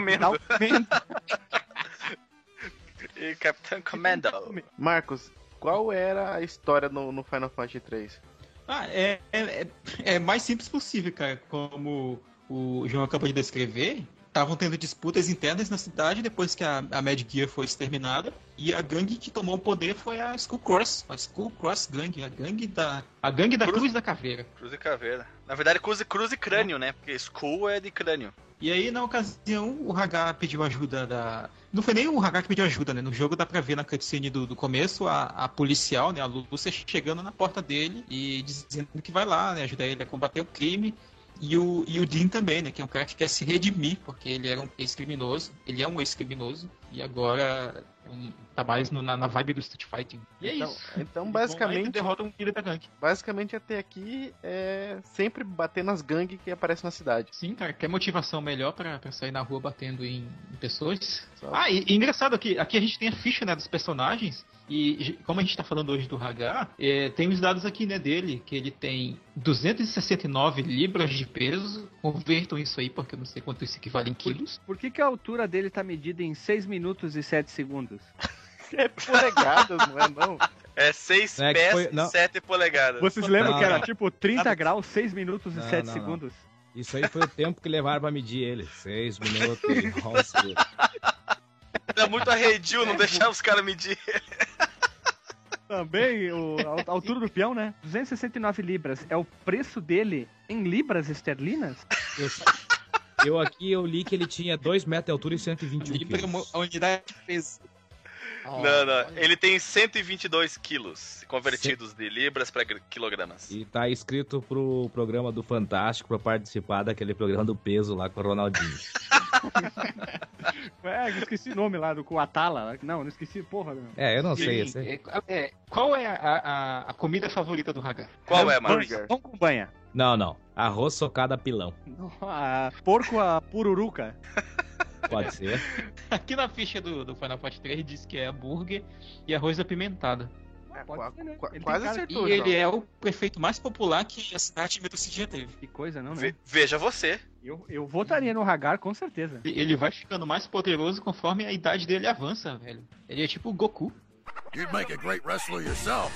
E Capitão Commando. Marcos, qual era a história no Final Fantasy 3? É mais simples possível, cara. Como o João acabou de descrever, estavam tendo disputas internas na cidade depois que a Mad Gear foi exterminada. E a gangue que tomou o poder foi a Skull Cross. A Skull Cross Gang, a gangue da Cruz da Caveira. Cruz e Caveira. Na verdade, cruz e crânio, né? Porque Skull é de crânio. E aí, na ocasião, o Hagar pediu ajuda Não foi nem o Hagar que pediu ajuda, né? No jogo dá pra ver na cutscene do começo a policial, né? A Lúcia chegando na porta dele e dizendo que vai lá, né? Ajudar ele a combater o crime. E o Dean também, né? Que é um cara que quer se redimir, porque ele era um ex-criminoso. Ele é um ex-criminoso. E agora tá mais na vibe do Street Fighting. E então, isso. Então, basicamente... derrota um líder da gangue. Basicamente, até aqui, é sempre bater nas gangues que aparecem na cidade. Sim, cara. Quer motivação melhor pra sair na rua batendo em pessoas? E engraçado aqui a gente tem a ficha, né, dos personagens. E como a gente tá falando hoje do Hagar, tem os dados aqui, né, dele, que ele tem 269 libras de peso. Convertam isso aí, porque eu não sei quanto isso equivale em quilos. Por que a altura dele tá medida em 6 minutos e 7 segundos? É polegadas, não é não? É 6 pés e 7 polegadas. Vocês lembram que era tipo 30 graus, 6 minutos e 7 segundos? Isso aí foi o tempo que levaram pra medir ele. 6 minutos e 11. Era muito arredio não deixar os caras medir ele. Também, a altura do peão, né? 269 libras. É o preço dele em libras esterlinas? Eu li que ele tinha 2 metros de altura e 121 quilos. A unidade de peso. Não. Ele tem 122 quilos convertidos de libras para quilogramas. E tá inscrito pro programa do Fantástico pra participar daquele programa do peso lá com o Ronaldinho. Eu esqueci o nome lá, com o Atala. Não esqueci, porra. Eu não sei. Qual é a comida favorita do Hagar? Qual é, Marcos? Pão com banha. Não. Arroz socado a pilão. Porco a pururuca. Pode ser. Aqui na ficha do Final Fantasy 3 diz que é hambúrguer e arroz apimentado. Pode ser, né? Ele tem Quase cara- acertou, E ele João. é o prefeito mais popular que a cidade de Metro City já teve. Que coisa, não, né? Veja você. Eu votaria no Hagar, com certeza. Ele vai ficando mais poderoso conforme a idade dele avança, velho. Ele é tipo o Goku. You'd make a great wrestler yourself.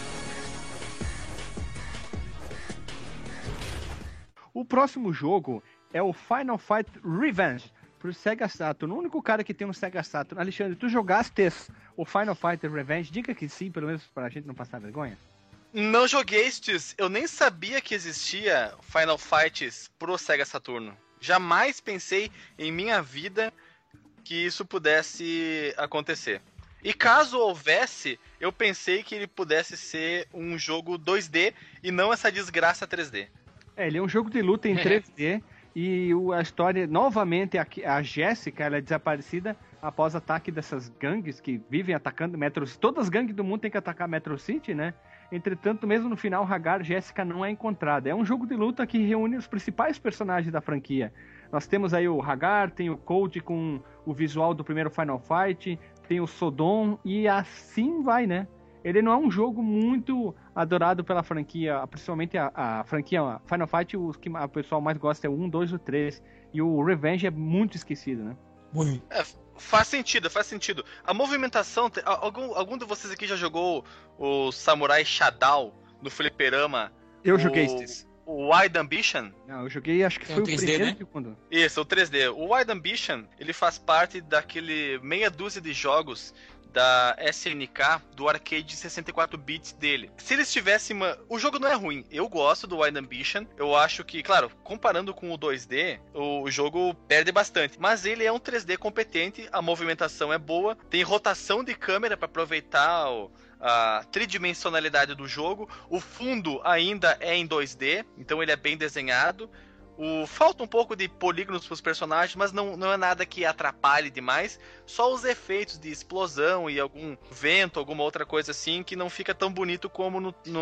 O próximo jogo é o Final Fight Revenge pro Sega Saturn. O único cara que tem um Sega Saturn. Alexandre, tu jogaste o Final Fight Revenge? Diga que sim, pelo menos pra gente não passar vergonha. Não joguei estes. Eu nem sabia que existia Final Fights pro Sega Saturno. Jamais pensei em minha vida que isso pudesse acontecer. E caso houvesse, eu pensei que ele pudesse ser um jogo 2D e não essa desgraça 3D. Ele é um jogo de luta em 3D e a história, novamente, a Jéssica, ela é desaparecida após ataque dessas gangues que vivem atacando Metro City. Todas as gangues do mundo têm que atacar Metro City, né? Entretanto, mesmo no final, Hagar, Jéssica não é encontrada. É um jogo de luta que reúne os principais personagens da franquia. Nós temos aí o Hagar, tem o Cold com o visual do primeiro Final Fight, tem o Sodom e assim vai, né? Ele não é um jogo muito adorado pela franquia, principalmente a franquia Final Fight, os que o pessoal mais gosta é o 1, 2 e o 3. E o Revenge é muito esquecido, né? Muito. Faz sentido, faz sentido. A movimentação... Algum de vocês aqui já jogou o Samurai Shodown no fliperama? Eu joguei esses. O Wide Ambition? Não, eu joguei, acho que É foi o o 3D, primeiro né? e o segundo. Isso, o 3D. O Wide Ambition, ele faz parte daquele meia dúzia de jogos da SNK, do arcade de 64 bits dele. Se eles tivessem o jogo não é ruim. Eu gosto do Wide Ambition. Eu acho que, claro, comparando com o 2D, o jogo perde bastante. Mas ele é um 3D competente, a movimentação é boa, tem rotação de câmera para aproveitar a tridimensionalidade do jogo. O fundo ainda é em 2D, então ele é bem desenhado. Falta um pouco de polígonos para os personagens, mas não é nada que atrapalhe demais. Só os efeitos de explosão e algum vento, alguma outra coisa assim, que não fica tão bonito como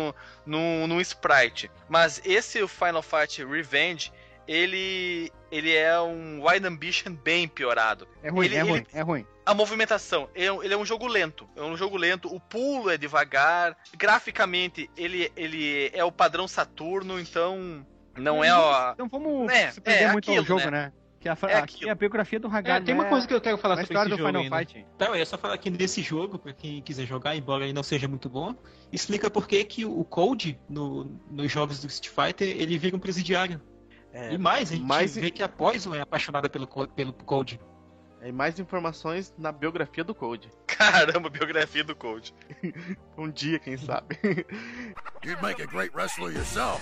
no sprite. Mas esse Final Fight Revenge, ele é um Wide Ambition bem piorado. É ruim, é ruim. A movimentação, ele é um jogo lento. O pulo é devagar. Graficamente, ele é o padrão Saturno, então... Não é ó. Então vamos se perder muito aquilo, ao jogo, né? né? Que aquilo. a biografia do Hagar Tem uma coisa que eu quero falar a sobre história esse do jogo Final ainda. Fight. Então, eu ia só falar aqui nesse jogo, pra quem quiser jogar, embora ele não seja muito bom, explica por que o Cold, nos jogos do Street Fighter, ele vira um presidiário. E mais, a gente vê que a Poison é apaixonada pelo Cold. E mais informações na biografia do Code. Caramba, biografia do Cold. Um dia, quem sabe. You'd make a great wrestler yourself.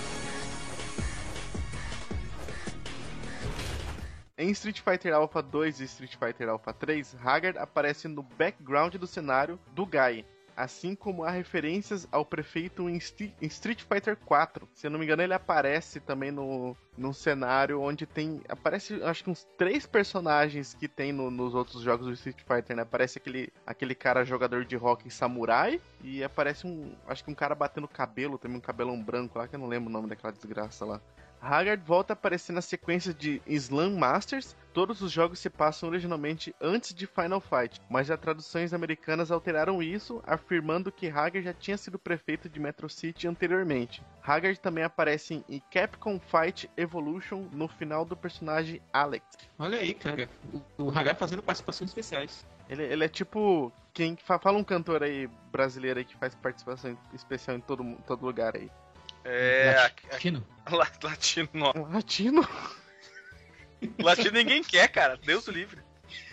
Em Street Fighter Alpha 2 e Street Fighter Alpha 3, Haggard aparece no background do cenário do Guy, assim como há referências ao prefeito em Street Fighter 4. Se eu não me engano, ele aparece também num cenário onde aparece, acho que uns 3 personagens que tem nos outros jogos do Street Fighter, né? Aparece aquele cara jogador de rock samurai, e aparece acho que um cara batendo cabelo, também um cabelão branco lá, que eu não lembro o nome daquela desgraça lá. Haggard volta a aparecer na sequência de Slam Masters. Todos os jogos se passam originalmente antes de Final Fight, mas as traduções americanas alteraram isso, afirmando que Haggard já tinha sido prefeito de Metro City anteriormente. Haggard também aparece em Capcom Fight Evolution no final do personagem Alex. Olha aí, cara. O Hagar fazendo participações especiais. Ele é tipo... Fala um cantor aí brasileiro aí que faz participação especial em todo lugar aí. Latino? Latino, não. Latino? Latino ninguém quer, cara. Deus o livre.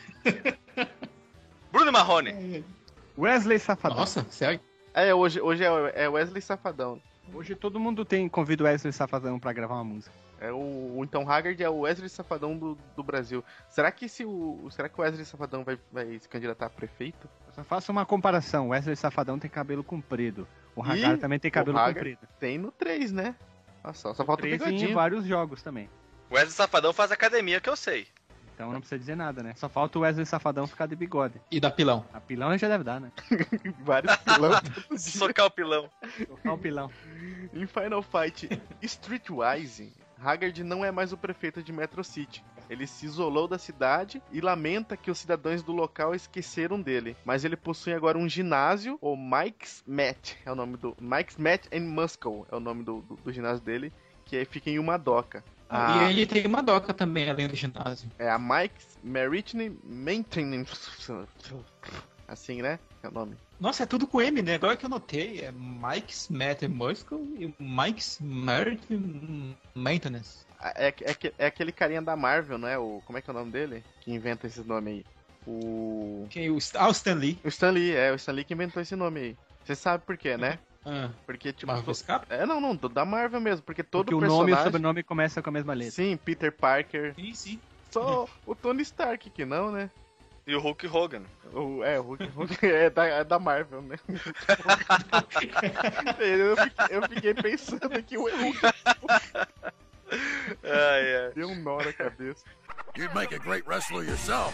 Bruno Marrone. Wesley Safadão. Nossa, sério? Hoje é Wesley Safadão. Hoje todo mundo convida o Wesley Safadão pra gravar uma música. Então Haggard é o Wesley Safadão do Brasil. Será que o Wesley Safadão vai se candidatar a prefeito? Eu só faço uma comparação. O Wesley Safadão tem cabelo comprido. O Hagar também tem cabelo comprido. Tem no 3, né? Nossa, só falta o bigodinho. Em vários jogos também. O Wesley Safadão faz academia, que eu sei. Então não precisa dizer nada, né? Só falta o Wesley Safadão ficar de bigode. E da pilão? A pilão já deve dar, né? Vários pilão. Socar o pilão. Socar o pilão. Em Final Fight Streetwise, Haggard não é mais o prefeito de Metro City. Ele se isolou da cidade e lamenta que os cidadãos do local esqueceram dele. Mas ele possui agora um ginásio, o Mike's Mat, é o nome do... Mike's Mat and Muscle é o nome do ginásio dele, que fica em uma doca. E ele tem uma doca também, além do ginásio. É a Mike's Maritime Maintenance. Assim, né? É o nome. Nossa, é tudo com M, né? Agora que eu notei, é Mike's Matter Muscle e Mike's Maritime Maintenance. É aquele carinha da Marvel, né? Como é que é o nome dele? Que inventa esses nomes aí. Quem? O Stan Lee. O Stan Lee que inventou esse nome aí. Você sabe por quê, né? Porque, tipo... Marvel Escape? Não, da Marvel mesmo. Porque todo porque personagem... o nome e o sobrenome começam com a mesma letra. Sim, Peter Parker. Sim. Só o Tony Stark que não, né? E o Hulk Hogan. O Hulk é da Marvel, né? eu fiquei pensando que o Hulk deu um nó na cabeça. You'd make a great wrestler yourself.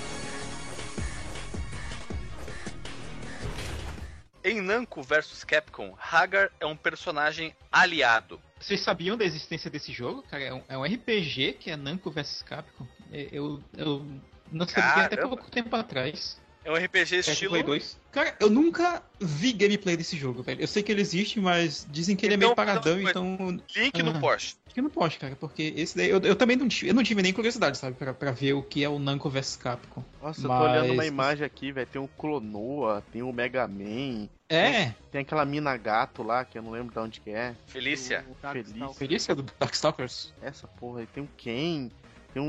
Em Namco vs Capcom, Hagar é um personagem aliado. Vocês sabiam da existência desse jogo? Cara, é um RPG que é Namco vs Capcom. Eu não sabia até pouco tempo atrás. É um RPG estilo... Play 2. Cara, eu nunca vi gameplay desse jogo, velho. Eu sei que ele existe, mas dizem que ele é meio paradão, então... Link no post. Link no post, cara, porque esse daí... Eu também não tive nem curiosidade, sabe? Pra ver o que é o Namco vs Capcom. Nossa, eu tô olhando uma imagem aqui, velho. Tem o Clonoa, tem o Mega Man... Tem aquela mina gato lá, que eu não lembro de onde que é. Felícia. Felícia do Darkstalkers. Essa porra aí. Tem o Ken... Tem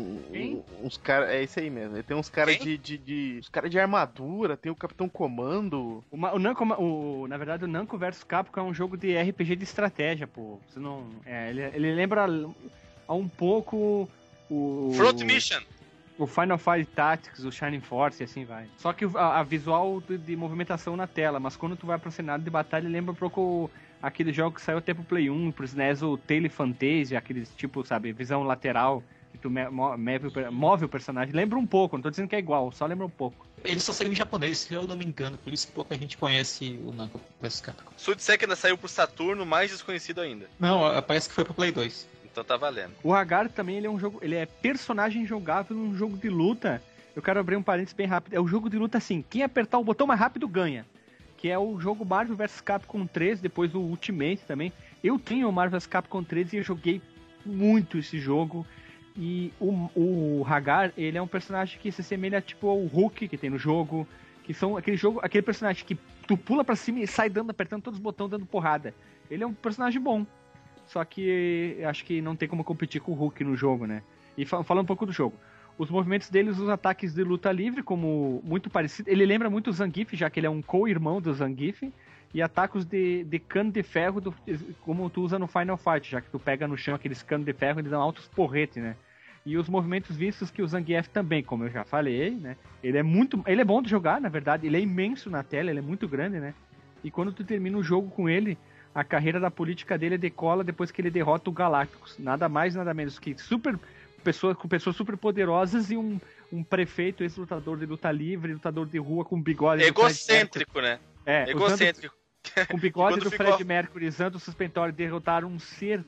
uns caras. É isso aí mesmo. Tem uns caras uns caras de armadura, tem o Capitão Comando. Na verdade, o Namco vs Capcom é um jogo de RPG de estratégia, pô. Você não. Ele lembra um pouco o. Front Mission! O Final Fight Tactics, o Shining Force e assim vai. Só que a visual de movimentação na tela, mas quando tu vai pro cenário de batalha, lembra um pouco aquele jogo que saiu até pro Play 1, pro SNES, o Tale Fantasy, aqueles tipo, sabe, visão lateral. Que tu move o personagem. Lembra um pouco, não tô dizendo que é igual, só lembra um pouco. Ele só saiu em japonês, se eu não me engano, por isso que pouca gente conhece o Namco vs Capcom. Sudsec ainda saiu pro Saturno, mais desconhecido ainda. Não, parece que foi pro Play 2. Então tá valendo. O Hagar também, ele é personagem jogável num jogo de luta. Eu quero abrir um parênteses bem rápido. É o jogo de luta assim, quem apertar o botão mais rápido ganha. Que é o jogo Marvel vs Capcom 3, depois do Ultimate também. Eu tenho o Marvel vs Capcom 3 e eu joguei muito esse jogo. E o Hagar, ele é um personagem que se assemelha tipo ao Hulk que tem no jogo, que são aquele personagem que tu pula pra cima e sai apertando todos os botões, dando porrada. Ele é um personagem bom, só que acho que não tem como competir com o Hulk no jogo, né? E falando um pouco do jogo, os movimentos dele, os ataques de luta livre, como muito parecido, ele lembra muito o Zangief, já que ele é um co-irmão do Zangief, e ataques de cano de ferro, como tu usa no Final Fight, já que tu pega no chão aqueles canos de ferro e eles dão altos porretes, né? E os movimentos vistos que o Zangief também, como eu já falei, né? Ele é bom de jogar, na verdade, ele é imenso na tela, ele é muito grande, né? E quando tu termina o jogo com ele, a carreira da política dele decola depois que ele derrota o Galactus. Nada mais, nada menos que pessoas super poderosas e um prefeito, ex-lutador de luta livre, lutador de rua com bigode. Egocêntrico, né? Egocêntrico. Com bigode do Fred Mercury, usando o suspensório, derrotar um ser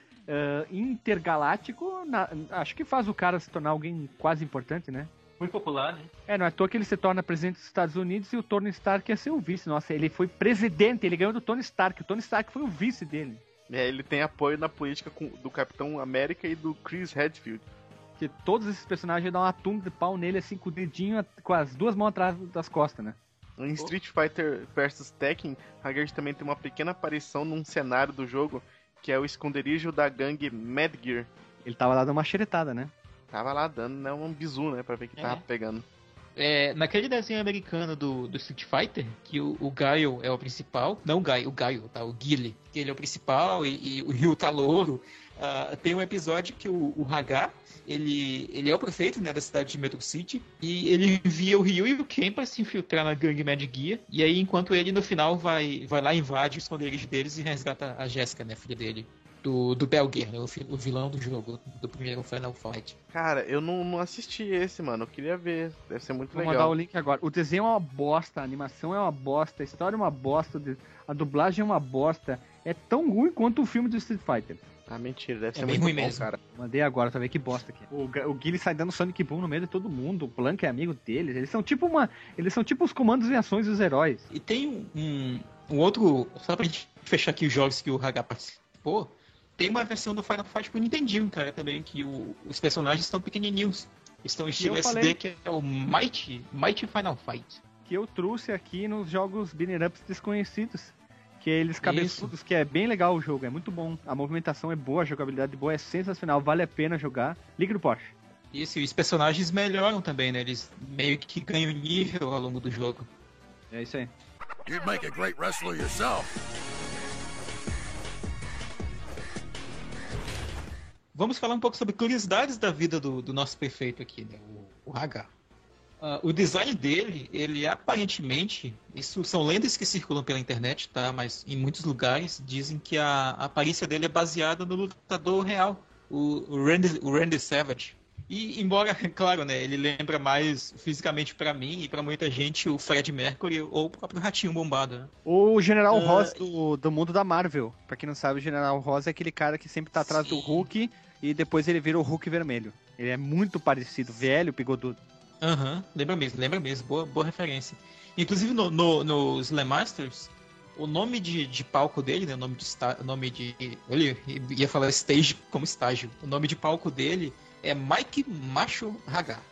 intergaláctico, acho que faz o cara se tornar alguém quase importante, né? Muito popular, né? Não é à toa que ele se torna presidente dos Estados Unidos e o Tony Stark ia ser o vice. Nossa, ele foi presidente, ele ganhou do Tony Stark. O Tony Stark foi o vice dele. Ele tem apoio na política do Capitão América e do Chris Redfield. Que todos esses personagens dão uma tunda de pau nele, assim, com o dedinho, com as duas mãos atrás das costas, né? Em Street Fighter vs Tekken, Haggard também tem uma pequena aparição num cenário do jogo, que é o esconderijo da gangue Mad Gear. Ele tava lá dando uma xeretada, né? Tava lá dando, né, um bizu, né, pra ver que tava pegando. Naquele desenho americano do Street Fighter, que o Gaio é o principal, não o Gaio, tá? O Guile, que ele é o principal e o Ryu tá louro. Tem um episódio que o Hagar, ele é o prefeito, né, da cidade de Metro City, e ele envia o Ryu e o Ken pra se infiltrar na gangue Mad Gear, e aí enquanto ele no final vai lá, invade o esconderijo deles e resgata a Jéssica, né, filha dele. Do Belger, né, o vilão do jogo, do primeiro Final Fight. Cara, eu não assisti esse, mano. Eu queria ver. Deve ser muito legal. Vou mandar o link agora. O desenho é uma bosta, a animação é uma bosta, a história é uma bosta, a dublagem é uma bosta. É tão ruim quanto o filme do Street Fighter. Ah, mentira, deve ser bem muito ruim bom, mesmo. cara. Mandei agora pra ver que bosta aqui. O Guile sai dando Sonic Boom no meio de todo mundo. O Blanca é amigo deles. Eles são tipo os comandos e ações dos heróis. E tem um outro, só pra gente fechar aqui os jogos que o Hagar participou, tem uma versão do Final Fight pro Nintendinho, cara, também, que os personagens estão pequenininhos. Estão em estilo eu SD, falei- que é o Mighty Final Fight. Que eu trouxe aqui nos jogos beat'em ups desconhecidos. Que é eles cabeçudos, que é bem legal o jogo, é muito bom. A movimentação é boa, a jogabilidade é boa, é sensacional, vale a pena jogar. Liga no Porsche. E assim, os personagens melhoram também, né? Eles meio que ganham nível ao longo do jogo. É isso aí. You'd make a great wrestler yourself. Vamos falar um pouco sobre curiosidades da vida do nosso prefeito aqui, né? O Hagar. O design dele, ele aparentemente, isso são lendas que circulam pela internet, tá? Mas em muitos lugares dizem que a aparência dele é baseada no lutador real, o Randy Savage. E embora, claro, né, ele lembra mais fisicamente pra mim e pra muita gente o Fred Mercury ou o próprio Ratinho Bombado, né? O General Ross do mundo da Marvel. Pra quem não sabe, o General Ross é aquele cara que sempre tá atrás do Hulk e depois ele vira o Hulk vermelho. Ele é muito parecido, velho, bigodudo. Aham, lembra mesmo, boa referência. Inclusive no Slam Masters, o nome de palco dele, né, o nome de eu ia falar stage como estágio. O nome de palco dele é Mike Macho Hagar.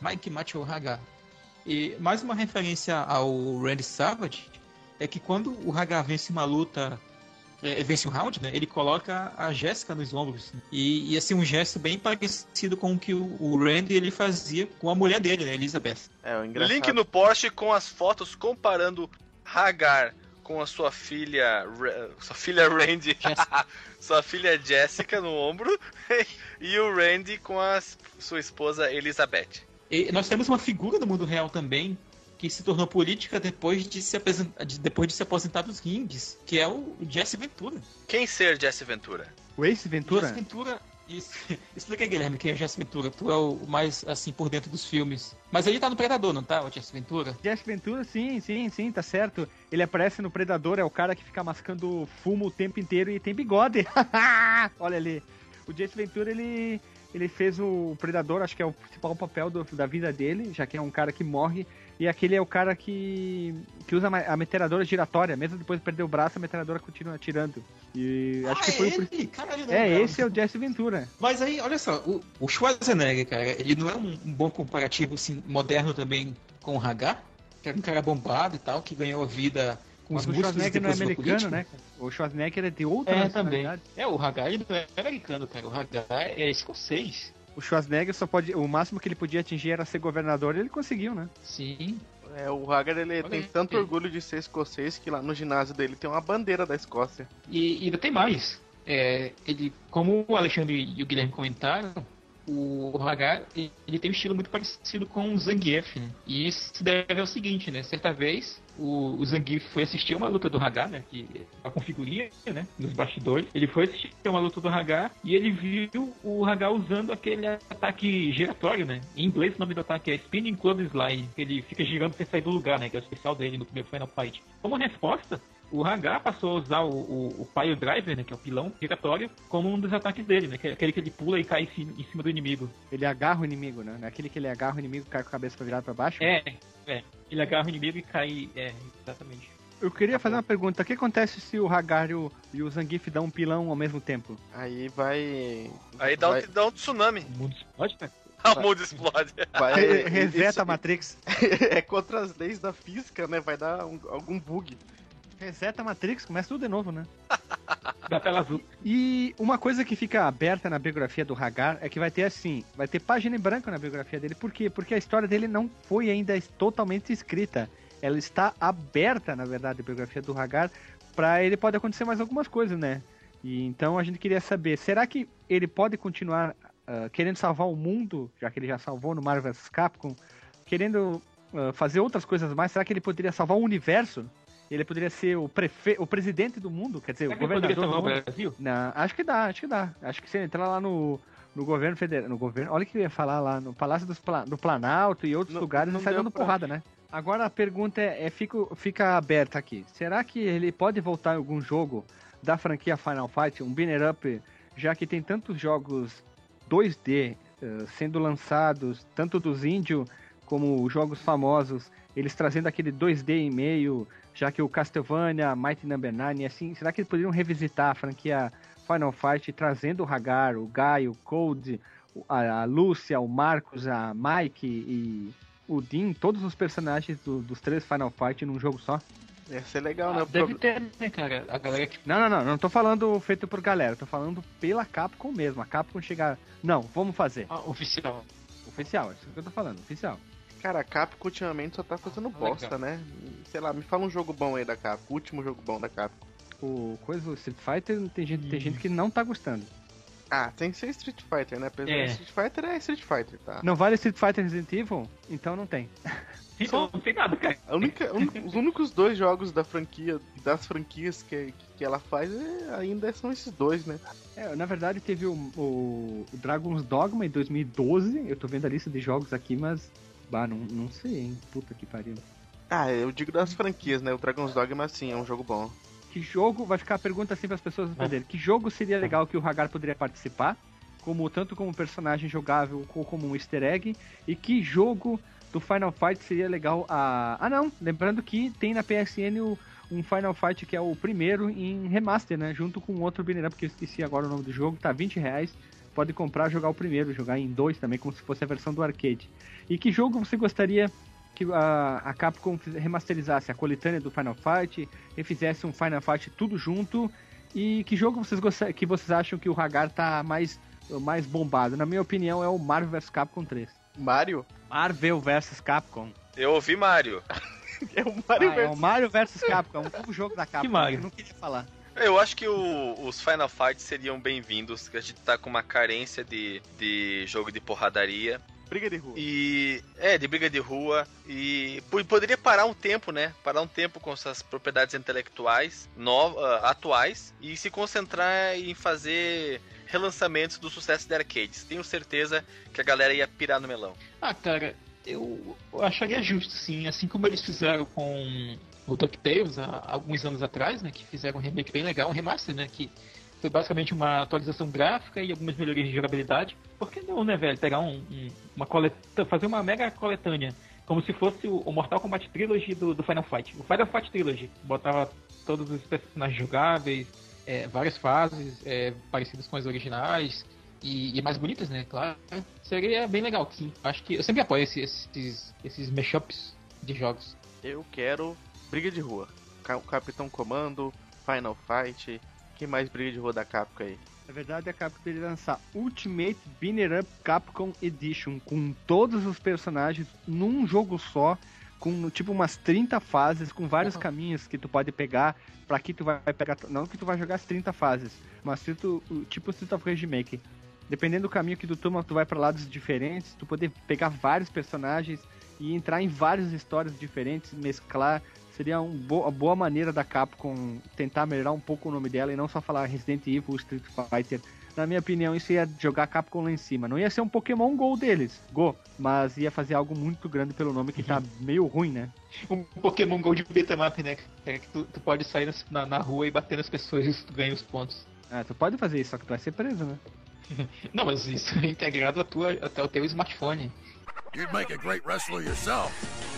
E mais uma referência ao Randy Savage é que quando o Hagar vence uma luta, vence um round, né, ele coloca a Jéssica nos ombros. E assim, um gesto bem parecido com o que o Randy ele fazia com a mulher dele, né, Elizabeth. É, o engraçado... Link no Porsche com as fotos comparando Hagar com a sua filha Randy, sua filha Jessica no ombro e o Randy com a sua esposa Elizabeth. E nós temos uma figura no mundo real também que se tornou política depois de se aposentar dos rings, que é o Jesse Ventura. Quem ser Jesse Ventura? O Ace Ventura? Jesse Ventura, explica aí, Guilherme, quem é o Jesse Ventura. Tu é o mais, assim, por dentro dos filmes. Mas ele tá no Predador, não tá, o Jesse Ventura? Jesse Ventura, sim, tá certo. Ele aparece no Predador, é o cara que fica mascando fumo o tempo inteiro e tem bigode. Olha ali. O Jesse Ventura, ele fez o Predador, acho que é o principal papel da vida dele, já que é um cara que morre. E aquele é o cara que usa a metralhadora giratória. Mesmo depois de perder o braço, a metralhadora continua atirando. E acho que foi ele? Caralho, não, esse é o Jesse Ventura. Mas aí, olha só, o Schwarzenegger, cara, ele não é um bom comparativo, assim, moderno também com o Hagar? Que era um cara bombado e tal, que ganhou a vida com Mas os o músculos Schwarzenegger não é depois do americano, político. né? O Schwarzenegger é de outra Também. nacionalidade. O Hagar ele não é americano, cara. O Hagar é escocês. O Schwarzenegger o máximo que ele podia atingir era ser governador e ele conseguiu, né? Sim. o Hagar ele tem aí. tanto orgulho de ser escocês que lá no ginásio dele tem uma bandeira da Escócia. E ainda tem mais. Ele, como o Alexandre e o Guilherme comentaram, o Hagar ele tem um estilo muito parecido com o Zangief, né? E isso se deve ao seguinte, né? Certa vez o Zangief foi assistir uma luta do Hagar, né? Que a configurinha, né? Nos bastidores. Ele foi assistir uma luta do Hagar e ele viu o Hagar usando aquele ataque giratório, né? Em inglês o nome do ataque é Spinning Clothesline, que ele fica girando pra sair do lugar, né? Que é o especial dele no primeiro Final Fight. Como resposta, o Hagar passou a usar o Pile Driver, né, que é o pilão giratório, como um dos ataques dele, né, que é aquele que ele pula e cai em cima do inimigo. Ele agarra o inimigo, né? Não é aquele que ele agarra o inimigo e cai com a cabeça virada pra baixo? Ele agarra o inimigo e cai, exatamente. Eu queria fazer uma pergunta. O que acontece se o Hagar e o Zangief dão um pilão ao mesmo tempo? Aí vai... Aí dá um tsunami. O mundo explode, cara. O mundo explode. Reseta isso a Matrix. é contra as leis da física, né? Vai dar algum bug. Reseta a Matrix, começa tudo de novo, né? Da tela azul. E uma coisa que fica aberta na biografia do Hagar é que vai ter página em branco na biografia dele. Por quê? Porque a história dele não foi ainda totalmente escrita. Ela está aberta, na verdade, a biografia do Hagar, pra ele pode acontecer mais algumas coisas, né? E então a gente queria saber, será que ele pode continuar querendo salvar o mundo, já que ele já salvou no Marvel vs Capcom, querendo fazer outras coisas mais? Será que ele poderia salvar o universo? Ele poderia ser o presidente do mundo, quer dizer, Será o que ele poderia governador do salvar mundo? o Brasil? Não, acho que dá. Acho que se ele entrar lá no governo federal, olha o que eu ia falar lá, no Palácio do Planalto e outros lugares, não sai deu dando pra- porrada, né? Agora a pergunta fica aberta aqui. Será que ele pode voltar em algum jogo da franquia Final Fight, um beat'em up já que tem tantos jogos 2D sendo lançados, tanto dos índios como jogos famosos, eles trazendo aquele 2D e meio, já que o Castlevania, Mighty Number 9, assim, será que eles poderiam revisitar a franquia Final Fight trazendo o Hagar, o Guy, o Cold, a Lúcia, o Marcos, a Mike e o Dean, todos os personagens dos 3 Final Fight num jogo só? Ia ser legal, né? Deve ter, né, cara? A galera que... Não tô falando feito por galera, tô falando pela Capcom mesmo. A Capcom chegar, não, vamos fazer. Oficial. Oficial, é isso que eu tô falando, oficial. Cara, a Capcom ultimamente só tá fazendo bosta, né? Sei lá, me fala um jogo bom aí da Capcom, o último jogo bom da Capcom. O Street Fighter, tem gente que não tá gostando. Ah, tem que ser Street Fighter, né? Apesar de Street Fighter é Street Fighter, tá? Não vale Street Fighter Resident Evil? Então não tem. Então não tem nada, cara. Os únicos 2 jogos das franquias que ela faz ainda são esses 2, né? Na verdade teve o Dragon's Dogma em 2012, eu tô vendo a lista de jogos aqui, mas não sei, hein? Puta que pariu. Ah, eu digo das franquias, né? O Dragon's Dogma, sim, é um jogo bom. Que jogo, vai ficar a pergunta assim para as pessoas responderem, que jogo seria legal que o Hagar poderia participar, tanto como personagem jogável ou como um easter egg, e que jogo do Final Fight seria legal não, lembrando que tem na PSN um Final Fight que é o primeiro em remaster, né, junto com outro beat'em up, porque eu esqueci agora o nome do jogo, tá R$20, pode comprar, jogar o primeiro, jogar em 2 também, como se fosse a versão do arcade. E que jogo você gostaria que a Capcom remasterizasse a coletânea do Final Fight, refizesse um Final Fight tudo junto, e que jogo que vocês acham que o Hagar tá mais bombado? Na minha opinião é o Marvel vs Capcom 3. Mario? Marvel vs Capcom. Eu ouvi Mario. É o Mario é o Mario vs Capcom, é um novo jogo da Capcom, que Mario? Eu não queria falar. Eu acho que os Final Fights seriam bem-vindos, que a gente tá com uma carência de jogo de porradaria. Briga de rua. De briga de rua. E poderia parar um tempo, né? Parar um tempo com essas propriedades intelectuais atuais e se concentrar em fazer relançamentos do sucesso de arcades. Tenho certeza que a galera ia pirar no melão. Ah, cara, eu acharia justo, sim. Assim como eles fizeram com o DuckTales há alguns anos atrás, né? Que fizeram um remake bem legal, um remaster, né? Que foi basicamente uma atualização gráfica e algumas melhorias de jogabilidade. Por que não, né, velho? Pegar fazer uma mega coletânea, como se fosse o Mortal Kombat Trilogy do Final Fight. O Final Fight Trilogy botava todos os personagens jogáveis, várias fases parecidas com as originais e mais bonitas, né? Claro. Seria bem legal, sim. Acho que eu sempre apoio esses mashups de jogos. Eu quero briga de rua. Capitão Comando, Final Fight. Que mais briga de rua da Capcom aí? Na verdade, a Capcom deveria lançar Ultimate Beat'em Up Capcom Edition, com todos os personagens num jogo só, com tipo umas 30 fases, com vários caminhos que tu pode pegar, pra que tu vai pegar, não que tu vai jogar as 30 fases, mas tipo Street of Rage Remake. Dependendo do caminho que tu toma, tu vai pra lados diferentes, tu poder pegar vários personagens e entrar em várias histórias diferentes, mesclar. Seria uma boa maneira da Capcom tentar melhorar um pouco o nome dela e não só falar Resident Evil, Street Fighter. Na minha opinião, isso ia jogar a Capcom lá em cima. Não ia ser um Pokémon Go deles, mas ia fazer algo muito grande pelo nome que tá meio ruim, né? Um Pokémon Go de beat'em up, né? Que tu pode sair na rua e bater nas pessoas e tu ganha os pontos. Ah, tu pode fazer isso, só que tu vai ser preso, né? Não, mas isso é integrado até o teu smartphone. You'd make a great wrestler yourself.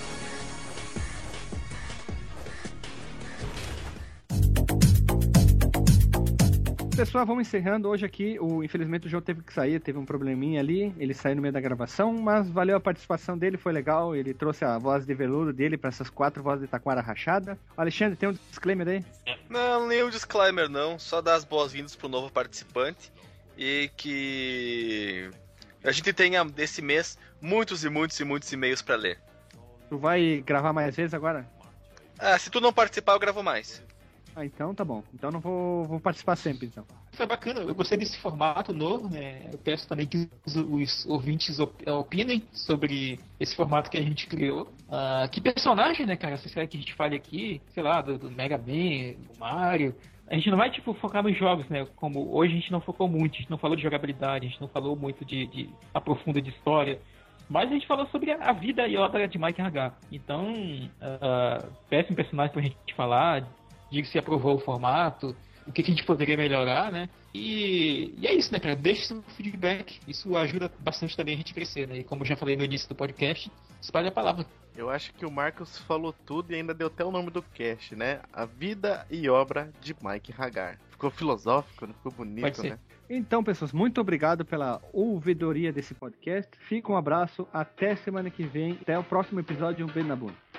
Pessoal, vamos encerrando hoje aqui. Infelizmente o João teve que sair, teve um probleminha ali. Ele saiu no meio da gravação, mas valeu a participação dele, foi legal. Ele trouxe a voz de veludo dele para essas 4 vozes de taquara rachada. Alexandre, tem um disclaimer aí? Não, nenhum disclaimer não. Só dar as boas-vindas pro novo participante. E que a gente tenha desse mês muitos e-mails para ler. Tu vai gravar mais vezes agora? Se tu não participar, eu gravo mais. Então tá bom. Então não vou participar sempre, então. Isso é bacana, eu gostei desse formato novo, né? Eu peço também que os ouvintes opinem sobre esse formato que a gente criou. Que personagem, né, cara? Vocês querem que a gente fale aqui, sei lá, do Mega Man, do Mario? A gente não vai, focar nos jogos, né? Como hoje a gente não focou muito, a gente não falou de jogabilidade, a gente não falou muito de aprofunda de história. Mas a gente falou sobre a vida e a obra de Mike Hagar. Então, peça um personagem pra gente falar, diga se aprovou o formato, o que a gente poderia melhorar, né? E é isso, né, cara? Deixe seu feedback. Isso ajuda bastante também a gente crescer, né? E como eu já falei no início do podcast, espalhe a palavra. Eu acho que o Marcos falou tudo e ainda deu até o nome do cast, né? A Vida e Obra de Mike Hagar. Ficou filosófico, não ficou bonito, né? Então, pessoas, muito obrigado pela ouvidoria desse podcast. Fica um abraço, até semana que vem, até o próximo episódio. Um beijo na bunda.